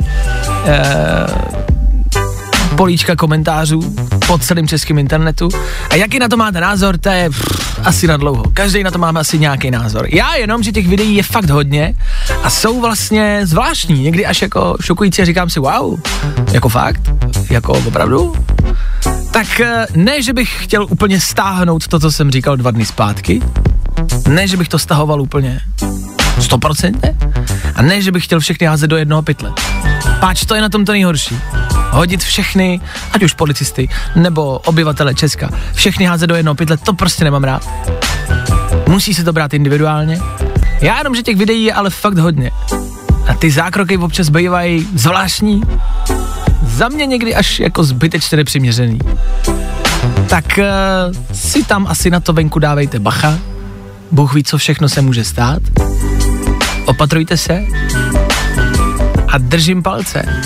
políčka komentářů po celém českém internetu. A jaký na to máte názor, to je asi na dlouho. Každý na to máme asi nějaký názor. Já jenom, že těch videí je fakt hodně a jsou vlastně zvláštní, někdy až jako šokující a říkám si wow, jako fakt, jako opravdu. Tak ne, že bych chtěl úplně stáhnout to, co jsem říkal 2 dny zpátky, ne, že bych to stahoval úplně 100%, a ne, že bych chtěl všechny házet do jednoho pytle. Páč, to je na tom to nejhorší. Hodit všechny, ať už policisty, nebo obyvatele Česka, všechny házet do jednoho pytle, to prostě nemám rád. Musí se to brát individuálně. Já jenom, že těch videí je ale fakt hodně. A ty zákroky občas bývají zvláštní. Za mě někdy až jako zbytečně nepřiměřený. Tak si tam asi na to venku dávejte bacha. Bůh ví, co všechno se může stát. Opatrujte se. a držím palce.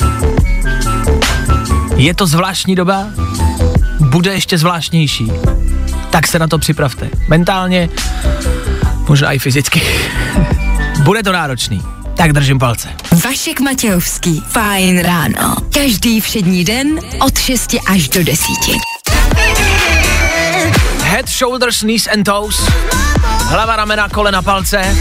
Je to zvláštní doba, bude ještě zvláštnější. Tak se na to připravte. Mentálně, možná i fyzicky. Bude to náročný. Tak držím palce. Vašek Matějovský, Fajn ráno. Každý všední den od 6 až do 10. Head, shoulders, knees and toes. Hlava, ramena, kolena, palce.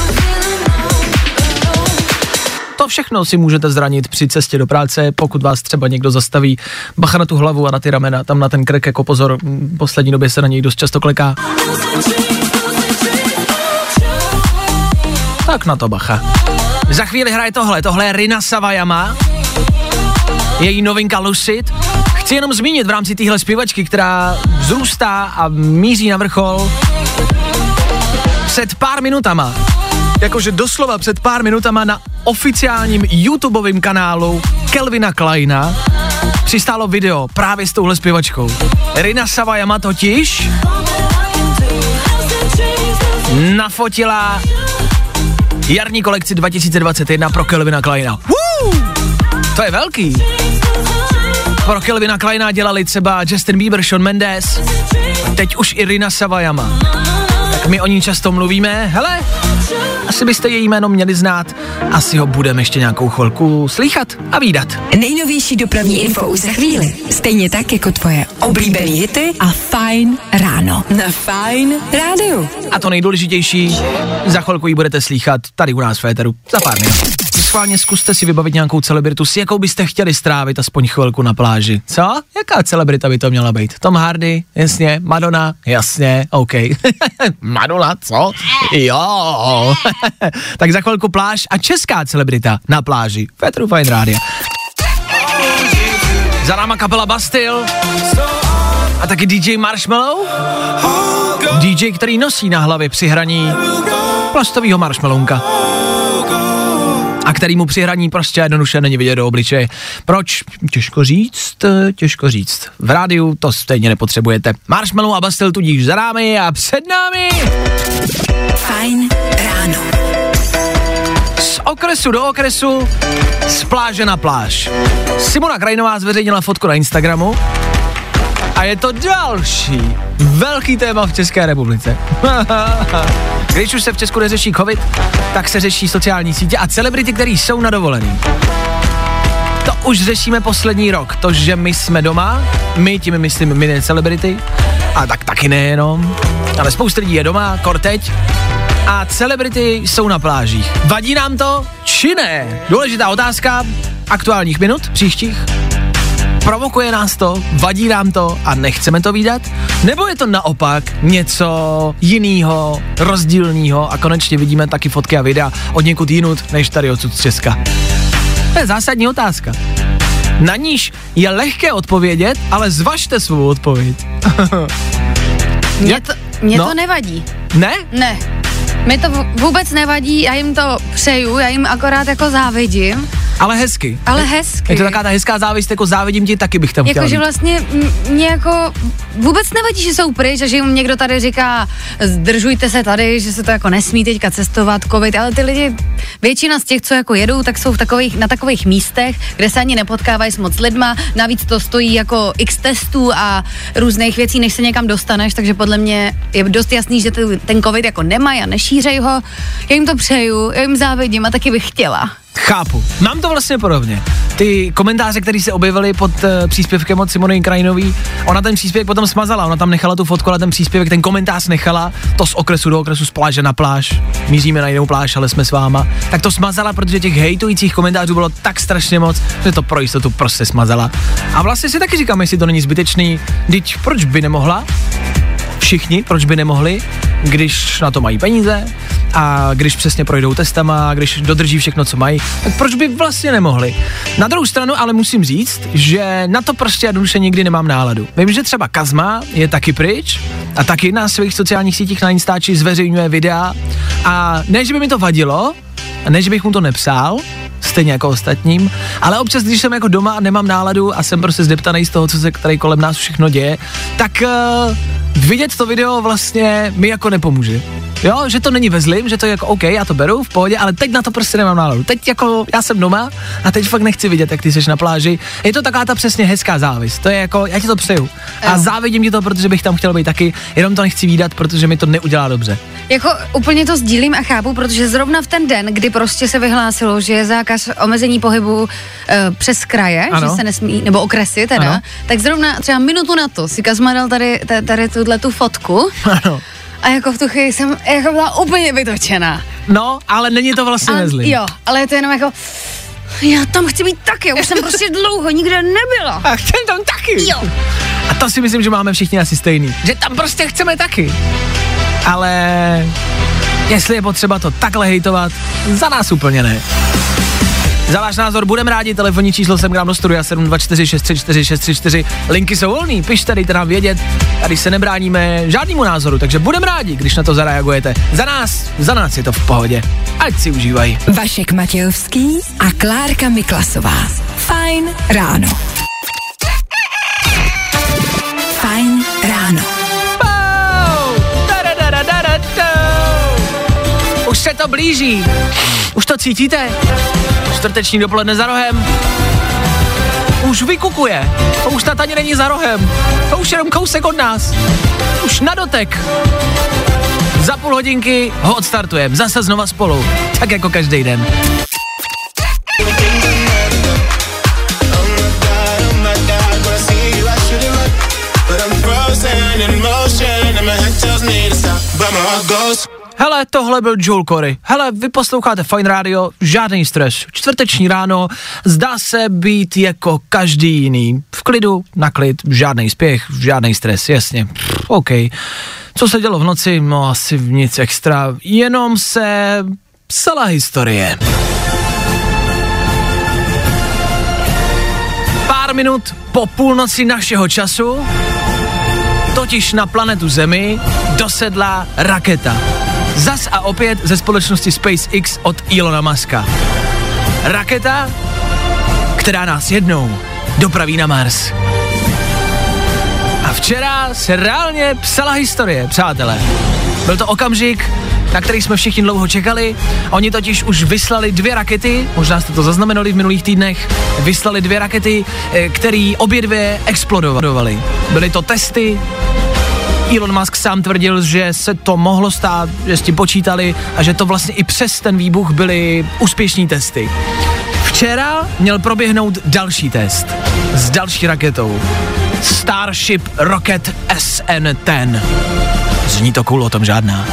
To všechno si můžete zranit při cestě do práce, pokud vás třeba někdo zastaví. Bacha na tu hlavu a na ty ramena, tam na ten krk, jako pozor, v poslední době se na něj dost často kleká. Tak na to bacha. Za chvíli hraje tohle je Rina Sawayama, její novinka Lucid. Chci jenom zmínit v rámci téhle zpěvačky, která vzrůstá a míří na vrchol, před pár minutama, jakože doslova před pár minutama na oficiálním YouTubeovém kanálu Calvina Kleina přistálo video právě s touhle zpěvačkou. Rina Sawayama totiž nafotila jarní kolekci 2021 pro Calvina Kleina. To je velký. Pro Calvina Kleina dělali třeba Justin Bieber, Shawn Mendes, teď už i Rina Sawayama. Tak my o ní často mluvíme, hele, asi byste její jméno měli znát, asi ho budeme ještě nějakou chvilku slýchat a vídat. Nejnovější dopravní info už za chvíli, stejně tak jako tvoje oblíbený hity a Fajn ráno na Fajn rádiu. A to nejdůležitější, za chvilku ji budete slýchat tady u nás v éteru, za pár minut. Schválně zkuste si vybavit nějakou celebritu, s jakou byste chtěli strávit aspoň chvilku na pláži. Co? Jaká celebrita by to měla být? Tom Hardy? Jasně. Madonna? Jasně. OK. Madonna, co? Jo. Tak za chvilku pláž a česká celebrita na pláži. Petru Fajn rádia. Za náma kapela Bastille a taky DJ Marshmallow. DJ, který nosí na hlavě při hraní plastovýho marshmallowka. A který mu při hraní prostě jednoduše není vidět do obličeje. Proč? Těžko říct. V rádiu to stejně nepotřebujete. Marshmallow a Bastille tudíž za námi a před námi Fajn ráno. Z okresu do okresu, z pláže na pláž. Simona Krajinová zveřejnila fotku na Instagramu a je to další velký téma v České republice. Když už se v Česku neřeší covid, tak se řeší sociální sítě a celebrity, který jsou na dovolený. To už řešíme poslední rok, to, že my jsme doma, my tím myslím my ne celebrity, a tak taky nejenom, ale spousta lidí je doma, kor teď, a celebrity jsou na plážích. Vadí nám to, či ne? Důležitá otázka aktuálních minut příštích. Provokuje nás to, vadí nám to a nechceme to vídat? Nebo je to naopak něco jinýho, rozdílného a konečně vidíme taky fotky a videa od někud jinut, než tady odsud z Česka? To je zásadní otázka. Na níž je lehké odpovědět, ale zvažte svou odpověď. Mně to nevadí. Ne? Ne. Mě to vůbec nevadí, já jim to přeju, já jim akorát jako závidím. Ale hezky. Ale hezky. Je to taková ta hezká závist, jako závidím ti, taky bych tam chtěla. Jakože vlastně mě jako vůbec nevadí, že jsou pryč a že jim někdo tady říká, zdržujte se tady, že se to jako nesmí teďka cestovat, covid, ale ty lidi, většina z těch, co jako jedou, tak jsou na takových místech, kde se ani nepotkávají s moc lidma, navíc to stojí jako x testů a různých věcí, než se někam dostaneš, takže podle mě je dost jasný, že ten covid jako nemají a nešířej ho. Já jim to přeju, já jim závidím a taky bych chtěla. Chápu. Mám to vlastně podobně. Ty komentáře, které se objevily pod příspěvkem od Simony Krajinový, ona ten příspěvek potom smazala, ona tam nechala tu fotku, ale ten příspěvek, ten komentář nechala, to z okresu do okresu, z pláže na pláž, míříme na jinou pláž, ale jsme s váma, tak to smazala, protože těch hejtujících komentářů bylo tak strašně moc, že to pro jistotu prostě smazala. A vlastně si taky říkám, jestli to není zbytečný, vždyť proč by nemohla? Všichni, proč by nemohli, když na to mají peníze a když přesně projdou testama a když dodrží všechno, co mají, tak proč by vlastně nemohli? Na druhou stranu ale musím říct, že na to prostě jednoduše nikdy nemám náladu. Vím, že třeba Kazma je taky pryč a taky na svých sociálních sítích na Instači zveřejňuje videa a ne, že by mi to vadilo a ne, že bych mu to nepsal, stejně jako ostatním, ale občas, když jsem jako doma a nemám náladu a jsem prostě zdeptanej z toho, co se tady kolem nás všechno děje, tak vidět to video vlastně mi jako nepomůže. Jo, že to není ve zlým, že to je jako OK, já to beru v pohodě, ale teď na to prostě nemám náladu. Teď jako já jsem doma a teď fakt nechci vidět, jak ty seš na pláži. Je to taková ta přesně hezká závist. To je jako, já ti to přeju. A závidím ti to, protože bych tam chtěl být taky, jenom to nechci vídat, protože mi to neudělá dobře. Jako úplně to sdílím a chápu, protože zrovna v ten den, kdy prostě se vyhlásilo, že je zákaz omezení pohybu přes kraje, ano. Že se nesmí, nebo okresy teda, ano. Tak zrovna třeba minutu na to si Kazma dal tady tu fotku. Ano. A jako v tu chvíli jsem jako byla úplně vytočená. No, ale není to vlastně vezlý. Jo, ale je to jenom jako, já tam chci být taky, už jsem prostě dlouho nikde nebyla. A chcem tam taky. Jo. A to si myslím, že máme všichni asi stejný. Že tam prostě chceme taky. Ale jestli je potřeba to takhle hejtovat, za nás úplně ne. Za váš názor budeme rádi, telefonní číslo sem k nám do studia 724 634 634. Linky jsou volný, pište, dejte nám vědět. Tady se nebráníme žádnému názoru, takže budeme rádi, když na to zareagujete. Za nás je to v pohodě. Ať si užívají. Vašek Matějovský a Klárka Miklasová. Fajn ráno. Fajn ráno. Už se to blíží. Už to cítíte? Čtvrteční dopoledne za rohem. Už vykukuje. To už snad ani není za rohem. To už jenom kousek od nás. Už na dotek. Za půl hodinky ho odstartujeme. Zase znova spolu. Tak jako každý den. Hele, tohle byl Joel Corey. Hele, vy posloucháte Fajn Radio, žádný stres. Čtvrteční ráno, zdá se být jako každý jiný. V klidu, na klid, žádný spěch, žádný stres, jasně. OK. Co se dělo v noci? No asi nic extra, jenom se psala historie. Pár minut po půlnoci našeho času totiž na planetu Zemi dosedla raketa. Zas a opět ze společnosti SpaceX od Elona Muska. Raketa, která nás jednou dopraví na Mars. A včera se reálně psala historie, přátelé. Byl to okamžik, na který jsme všichni dlouho čekali. Oni totiž už vyslali 2 rakety, možná jste to zaznamenali v minulých týdnech, vyslali 2 rakety, které obě 2 explodovaly. Byly to testy. Elon Musk sám tvrdil, že se to mohlo stát, že s tím počítali a že to vlastně i přes ten výbuch byly úspěšní testy. Včera měl proběhnout další test s další raketou. Starship Rocket SN-10. Zní to cool, o tom žádná.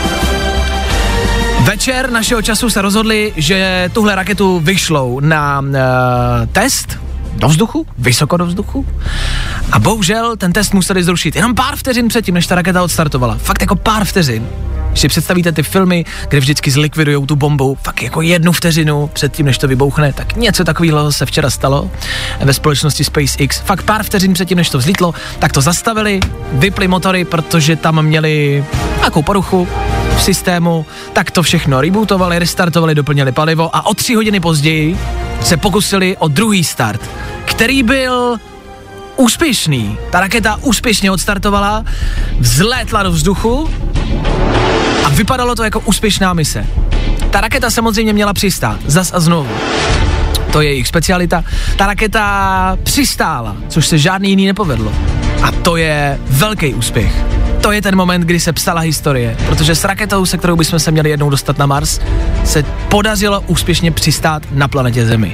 Večer našeho času se rozhodli, že tuhle raketu vyšlou na test do vzduchu, vysoko do vzduchu. A bohužel ten test museli zrušit jenom pár vteřin předtím, než ta raketa odstartovala. Fakt jako pár vteřin. Když si představíte ty filmy, kde vždycky zlikvidujou tu bombu, fakt jako 1 vteřinu předtím, než to vybouchne, tak něco takového se včera stalo ve společnosti SpaceX. Fakt pár vteřin předtím, než to vzlítlo, tak to zastavili, vypli motory, protože tam měli nějakou poruchu v systému, tak to všechno rebootovali, restartovali, doplnili palivo a o 3 hodiny později se pokusili o druhý start, který byl úspěšný. Ta raketa úspěšně odstartovala, vzlétla do vzduchu a vypadalo to jako úspěšná mise. Ta raketa samozřejmě měla přistát, zas a znovu. To je jejich specialita. Ta raketa přistála, což se žádný jiný nepovedlo. A to je velký úspěch. To je ten moment, kdy se psala historie, protože s raketou, se kterou bychom se měli jednou dostat na Mars, se podařilo úspěšně přistát na planetě Zemi.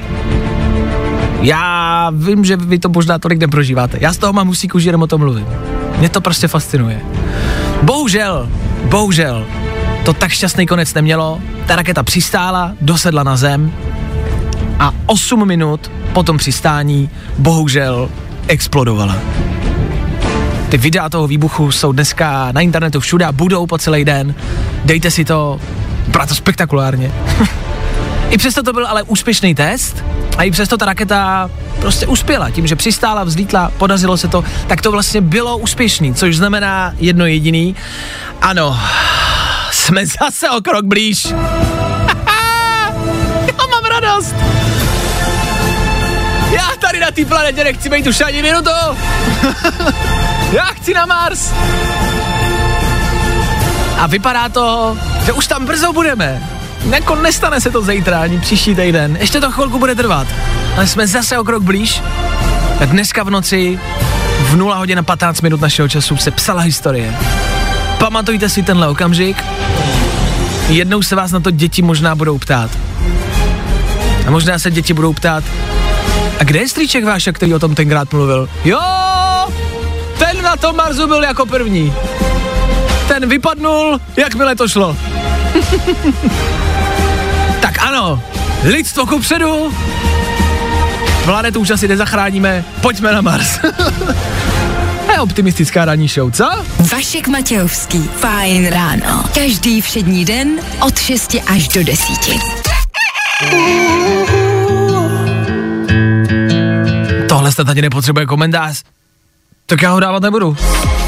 Já vím, že vy to možná tolik neprožíváte. Já z toho mám husí kůži, jenom o tom mluvím. Mě to prostě fascinuje. Bohužel, to tak šťastný konec nemělo. Ta raketa přistála, dosedla na Zem a 8 minut po tom přistání bohužel explodovala. Ty videa toho výbuchu jsou dneska na internetu všude a budou po celý den. Dejte si to, bylo to spektakulárně. I přesto to byl ale úspěšný test a i přesto ta raketa prostě uspěla. Tím, že přistála, vzlítla, podařilo se to, tak to vlastně bylo úspěšný, což znamená jedno jediný. Ano, jsme zase o krok blíž. Já mám radost. Já tady na té planetě nechci být už ani minutu. Já chci na Mars. A vypadá to, že už tam brzo budeme. Jako nestane se to zítra, ani příští týden. Ještě to chvilku bude trvat. Ale jsme zase o krok blíž. A dneska v noci v 0 hodin a 15 minut našeho času se psala historie. Pamatujte si tenhle okamžik. Jednou se vás na to děti možná budou ptát. A možná se děti budou ptát, a kde je strýček Váša, který o tom tenkrát mluvil? Jo, ten na tom Marsu byl jako první. Ten vypadnul, jakmile to šlo. Tak ano, lidstvo kupředu. Planetu už asi nezachráníme, pojďme na Mars. Je optimistická ranní show, co? Vašek Matějovský, Fajn ráno. Každý všední den od 6 až do 10. Tohle snad ani nepotřebuje komentář. Tak já ho dávat nebudu.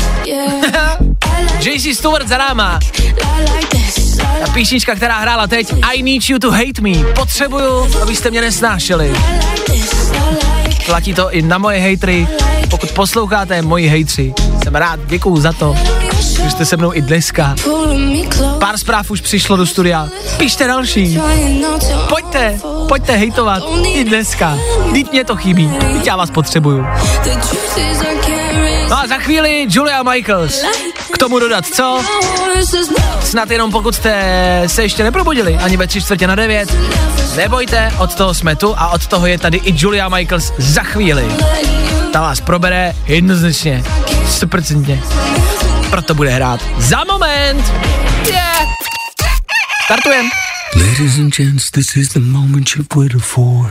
JC Stewart za náma. Ta písnička, která hrála teď, I Need You to Hate Me. Potřebuju, abyste mě nesnášeli. Platí to i na moje hejtry. Pokud posloucháte moji hejtři, jsem rád, děkuju za to, že jste se mnou i dneska. Pár zpráv už přišlo do studia. Pište další. Pojďte hejtovat i dneska. Vždyť mě to chybí, vždyť já vás potřebuju. No a za chvíli Julia Michaels. K tomu dodat co? Snad jenom pokud jste se ještě neprobudili, ani ve 8:45. Nebojte, od toho jsme tu a od toho je tady i Julia Michaels za chvíli. Ta vás probere jednoznačně, 100%. Proto bude hrát za moment. Yeah. Startujem. Ladies and gents, this is the moment you've waited for.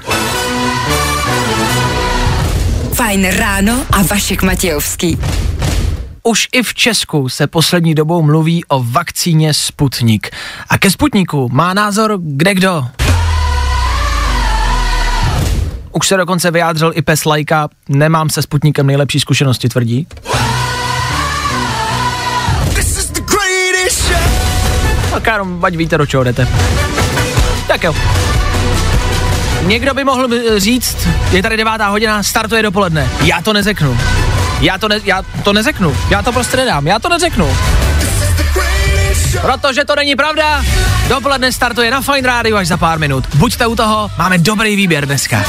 Fajn ráno a Vašek Matějovský. Už i v Česku se poslední dobou mluví o vakcíně Sputnik. A ke Sputniku má názor kdekdo. Už se dokonce vyjádřil i pes Lajka, nemám se Sputnikem nejlepší zkušenosti, tvrdí. Tak jenom, ať víte, do čeho jdete. Tak jo. Někdo by mohl říct, je tady 9. hodina, startuje dopoledne. Já to neřeknu. Já to prostě nedám, já to neřeknu. Protože to není pravda, dopoledne startuje na Fajn rádiu až za pár minut. Buďte u toho, máme dobrý výběr dneska.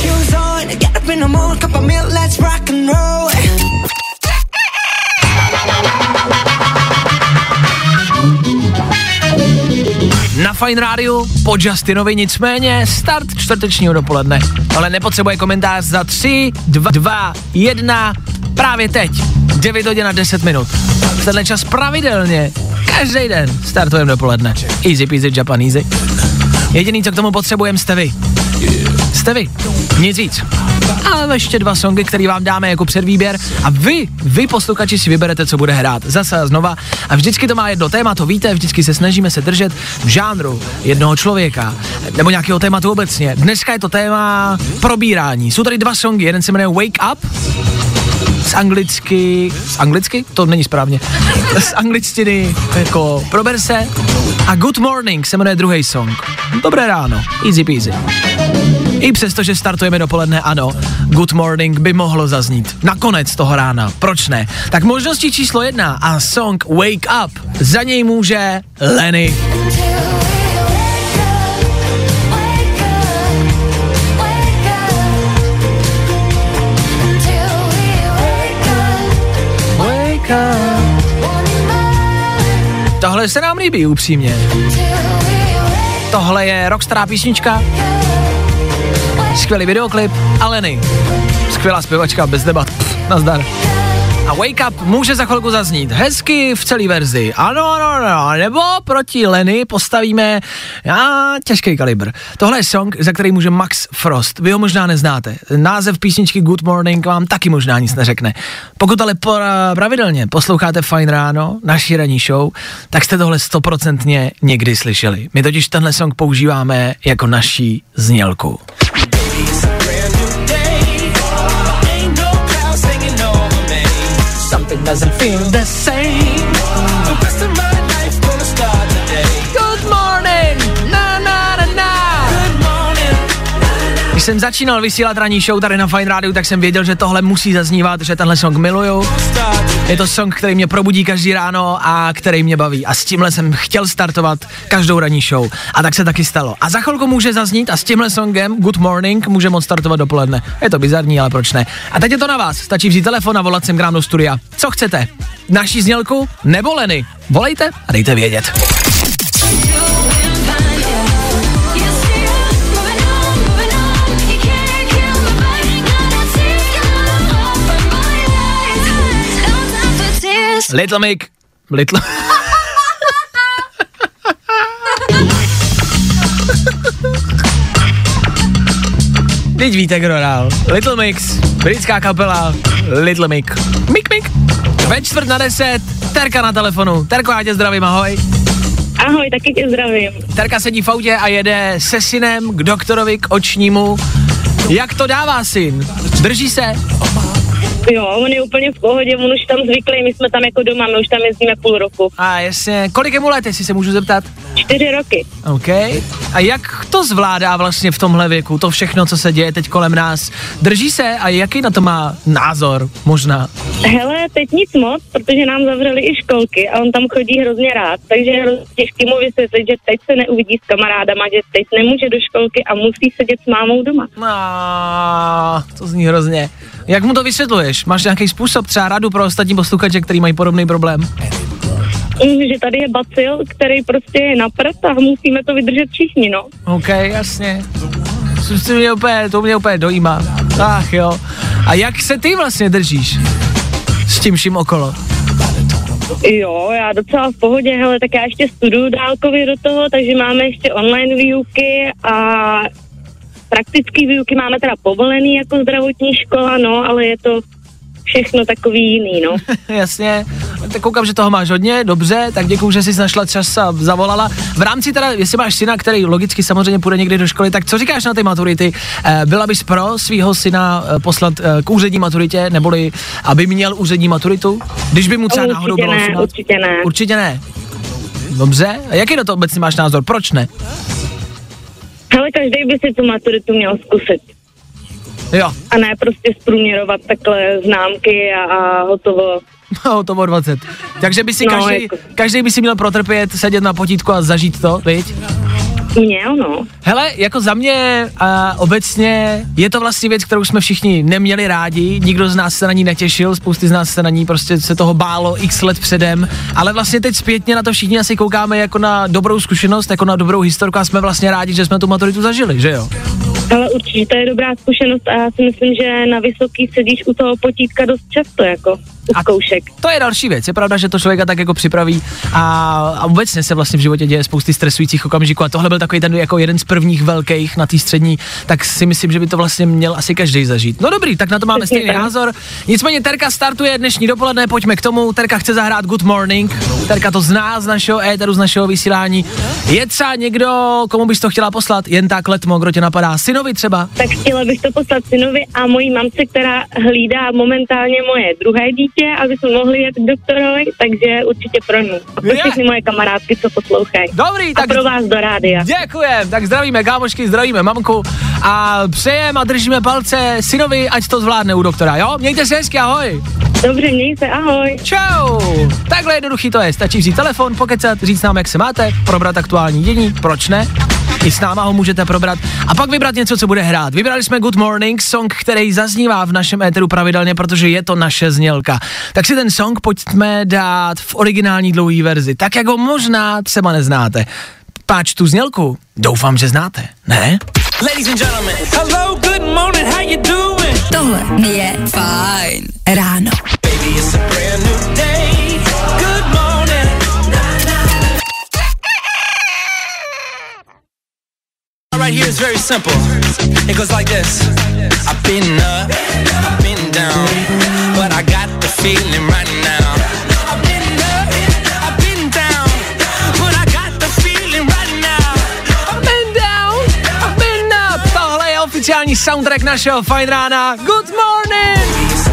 Na Fajn rádiu po Justinovi, nicméně start čtvrtečního dopoledne. Ale nepotřebuje komentář za 3, 2, 1, právě teď. 9 hodin a 10 minut. V tenhle čas pravidelně, každý den startujeme dopoledne. Easy peasy, Japan easy. Jediný, co k tomu potřebujeme, jste vy. Jste vy. Nic víc. Ale ještě 2 songy, které vám dáme jako předvýběr a vy posluchači si vyberete, co bude hrát. Zase a znova. A vždycky to má jedno téma, to víte, vždycky se snažíme se držet v žánru jednoho člověka nebo nějakého tématu obecně. Dneska je to téma probírání. Jsou tady 2 songy, jeden se jmenuje Wake Up, z anglicky? To není správně. Z angličtiny jako prober se. A Good Morning se jmenuje druhý song. Dobré ráno, easy peasy. I přesto, že startujeme dopoledne, ano, Good Morning by mohlo zaznít. Nakonec toho rána, proč ne? Tak možností číslo 1 a song Wake Up, za něj může Lenny. Tohle se nám líbí upřímně. Tohle je rockstará písnička, skvělý videoklip a Lenny. Skvělá zpěvačka, bez debat. Nazdar. A Wake Up může za chvilku zaznít hezky v celé verzi. Ano, nebo proti Lenny postavíme těžký kalibr. Tohle je song, za který může Max Frost. Vy ho možná neznáte. Název písničky Good Morning vám taky možná nic neřekne. Pokud ale pravidelně posloucháte Fajn ráno, naši ranní show, tak jste tohle 100% někdy slyšeli. My totiž tenhle song používáme jako naší znělku. Something doesn't feel the same. Good morning, na na na na. Když jsem začínal vysílat ranní show tady na Fine Rádiu, tak jsem věděl, že tohle musí zaznívat, že tenhle song miluju. Je to song, který mě probudí každý ráno a který mě baví. A s tímhle jsem chtěl startovat každou ranní show. A tak se taky stalo. A za chvilku může zaznít a s tímhle songem Good Morning může moc startovat dopoledne. Je to bizarní, ale proč ne? A teď je to na vás. Stačí vzít telefon a volat sem k nám do studia. Co chcete? Naší znělku nebo Leny? Volejte a dejte vědět. Little Mix. Teď víte, kdo hrál. Little Mix, britská kapela Little Mix. Mik. Ve 9:45, Terka na telefonu. Terko, já tě zdravím, ahoj. Ahoj, taky tě zdravím. Terka sedí v autě a jede se synem k doktorovi, k očnímu. Jak to dává syn? Drží se? Jo, on je úplně v pohodě, on už tam zvyklý, my jsme tam jako doma, my už tam jezdíme půl roku. A jasně, kolik je mu let, jestli se můžu zeptat? 4 roky. OK. A jak to zvládá vlastně v tomhle věku, to všechno, co se děje teď kolem nás? Drží se a jaký na to má názor možná? Hele, teď nic moc, protože nám zavřeli i školky a on tam chodí hrozně rád, takže je hrozně těžký mu vysvětlit, že teď se neuvidí s kamarádama, že teď nemůže do školky a musí sedět s mámou doma. To zní hrozně. Jak mu to vysvětluješ? Máš nějaký způsob, třeba radu pro ostatní posluchače, který mají podobný problém? Že tady je bacil, který prostě je na prd a musíme to vydržet všichni, no. OK, jasně. To mě úplně dojímá. Ach jo. A jak se ty vlastně držíš s tím vším okolo? Jo, já docela v pohodě, hele, tak já ještě studuju dálkově do toho, takže máme ještě online výuky a praktické výuky máme teda povolený jako zdravotní škola, no, ale je to všechno takový jiný, no. Jasně, tak koukám, že toho máš hodně, dobře, tak děkuju, že jsi našla čas a zavolala. V rámci teda, jestli máš syna, který logicky samozřejmě půjde někdy do školy, tak co říkáš na ty maturity? Byla bys pro svýho syna poslat k úřední maturitě, neboli aby měl úřední maturitu? Když by mu třeba náhodou bylo 18? Určitě ne. Určitě ne. Dobře, a jaký na to obecně máš názor, proč ne? Hele, každý by si tu maturitu měl zkusit. Jo. A ne prostě zprůměrovat takhle známky a hotovo. Hotovo 20. Takže by si každý by si měl protrpět, sedět na potítku a zažít to, viď? Měl, no. Hele, jako za mě obecně je to vlastně věc, kterou jsme všichni neměli rádi, nikdo z nás se na ní netěšil, spousty z nás se na ní prostě se toho bálo x let předem, ale vlastně teď zpětně na to všichni asi koukáme jako na dobrou zkušenost, jako na dobrou historku a jsme vlastně rádi, že jsme tu maturitu zažili, že jo? Ale určitě to je dobrá zkušenost a já si myslím, že na vysoký sedíš u toho potítka dost často, jako u zkoušek. To je další věc, je pravda, že to člověka tak jako připraví a obecně se vlastně v životě děje spousty stresujících okamžiků a tohle byl takový ten jako jeden z prvních velkých na té střední, tak si myslím, že by to vlastně měl asi každý zažít. No dobrý, tak na to máme stejný názor. Nicméně Terka startuje dnešní dopoledne, pojďme k tomu. Terka chce zahrát Good Morning. Terka to zná z našeho éteru, z našeho vysílání. Je třeba někdo, komu bys to chtěla poslat? Jen tak letmo, kdo tě napadá? Synovi třeba? Tak chtěla bych to poslat synovi a mojí mamce, která hlídá momentálně moje druhé dítě, aby jsme mohli jet k doktorovi, takže určitě pro ní. A pro všechny moje kamarádky, co poslouchají. Dobrý, tak pro vás do rádia. Děkujem, tak zdravíme kámošky, zdravíme mamku a přejem a držíme palce synovi, ať to zvládne u doktora, jo? Mějte se hezky, ahoj. Dobře, měj se, ahoj. Čau. Takhle jednoduchý to je, stačí vzít telefon, pokecat, říct nám, jak se máte, probrat aktuální dění, proč ne? I s náma ho můžete probrat a pak vybrat něco, co bude hrát. Vybrali jsme Good Morning, song, který zaznívá v našem éteru pravidelně, protože je to naše znělka. Tak si ten song pojďme dát v originální dlouhý verzi, tak jak ho možná třeba neznáte. Páč tu znělku, doufám, že znáte, ne? Ladies and gentlemen, hello, good morning, how you doing? Tohle je Fajn ráno. Baby, it's a brand new day. Good morning. Right here is very simple. It goes like this. I've been up, I've been down, but I got the feeling right now. I've been up, I've been down, but I got the feeling right now. I've been down, I've been up. Tohle je oficiální soundtrack našeho Fajn rána. Good morning.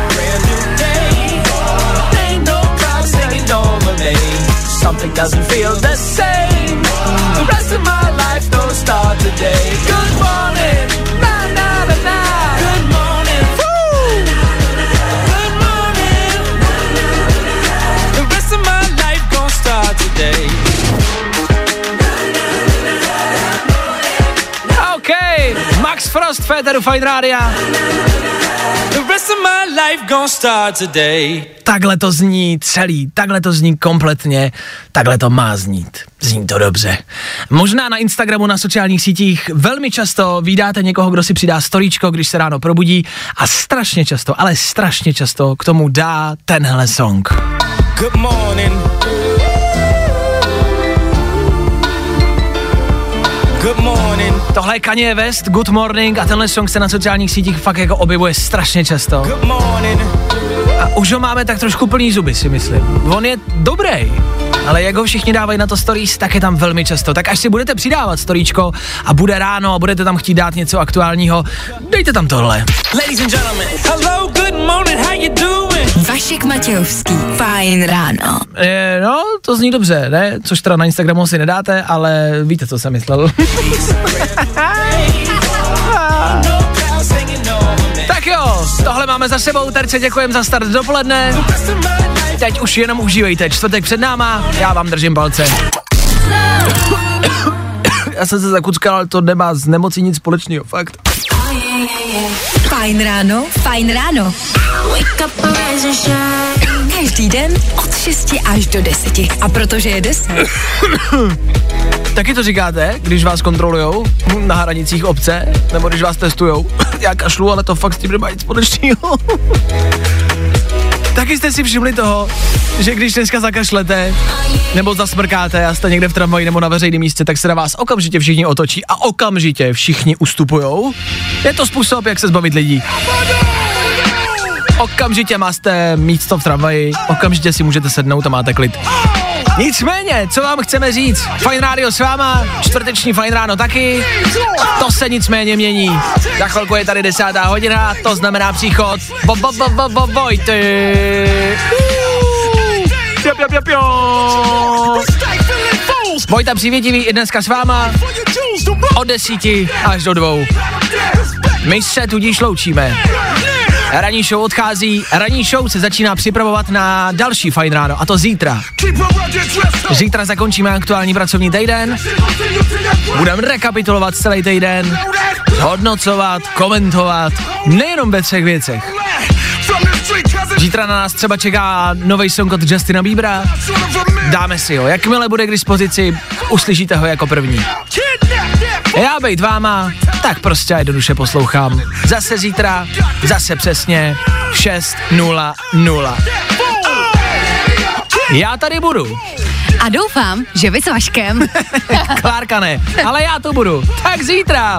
Ain't no clouds hanging over me. Something doesn't feel the same. The rest of my life don't start today. Good morning, na Max Frost, Féteru Fajn Rádia. Takhle to zní celý, takhle to zní kompletně, takhle to má znít. Zní to dobře. Možná na Instagramu, na sociálních sítích velmi často vídáte někoho, kdo si přidá storíčko, když se ráno probudí a strašně často, ale strašně často k tomu dá tenhle song. Good morning. Good morning. Tohle je Kanye West, Good Morning, a tenhle song se na sociálních sítích fakt jako objevuje strašně často. Good morning. A už ho máme tak trošku plný zuby, si myslím. On je dobrý, ale jak ho všichni dávají na to stories, tak je tam velmi často. Tak až si budete přidávat storíčko a bude ráno a budete tam chtít dát něco aktuálního, dejte tam tohle. Ladies and gentlemen, hello, good morning, how you doing? Vašek Matějovský, Fajn ráno. No, to zní dobře, ne? Což teda na Instagramu si nedáte, ale víte, co jsem myslel. Tak jo, tohle máme za sebou, Terče, děkujem za start dopoledne. Teď už jenom užívejte, čtvrtek před náma, já vám držím palce. Já jsem se zakuckal, ale to nemá s nemocí nic společného, fakt. Fajn ráno, Fajn ráno. Každý den od 6 až do 10. A protože je 10. Taky to říkáte, když vás kontrolujou na hranicích obce, nebo když vás testujou? Já kašlu, ale to fakt s tím nemá nic společného. Taky jste si všimli toho, že když dneska zakašlete, nebo zasmrkáte a jste někde v tramvaji nebo na veřejném místě, tak se na vás okamžitě všichni otočí a okamžitě všichni ustupujou? Je to způsob, jak se zbavit lidí. Okamžitě máte místo v tramvaji, okamžitě si můžete sednout a máte klid. Nicméně, co vám chceme říct? Fajn rádio s váma, čtvrteční Fajn ráno taky, to se nicméně mění. Za chvilku je tady 10. hodina, to znamená příchod Vojty. Vojta Přivětivý i dneska s váma od 10 až do 2. My se tudíž loučíme. Ranní show odchází, ranní show se začíná připravovat na další Fajn ráno, a to zítra. Zítra zakončíme aktuální pracovní týden, budeme rekapitulovat celý týden, hodnocovat, komentovat, nejenom ve 3 věcech. Zítra na nás třeba čeká nový song od Justina Biebera, dáme si ho, jakmile bude k dispozici, uslyšíte ho jako první. Já bejt váma, tak prostě jednoduše poslouchám. Zase zítra, zase přesně 6:00. Já tady budu. A doufám, že vy s Vaškem. Klárka ne, ale já tu budu. Tak zítra.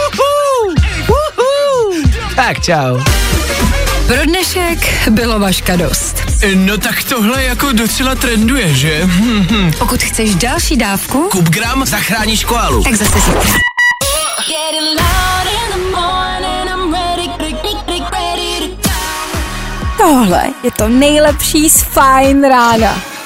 Tak čau. Pro dnešek bylo Vaška dost. No tak tohle jako docela trenduje, že? Pokud chceš další dávku, kup gram, zachráníš koalu. tak zase zítra. Tohle je to nejlepší z Fajn rána.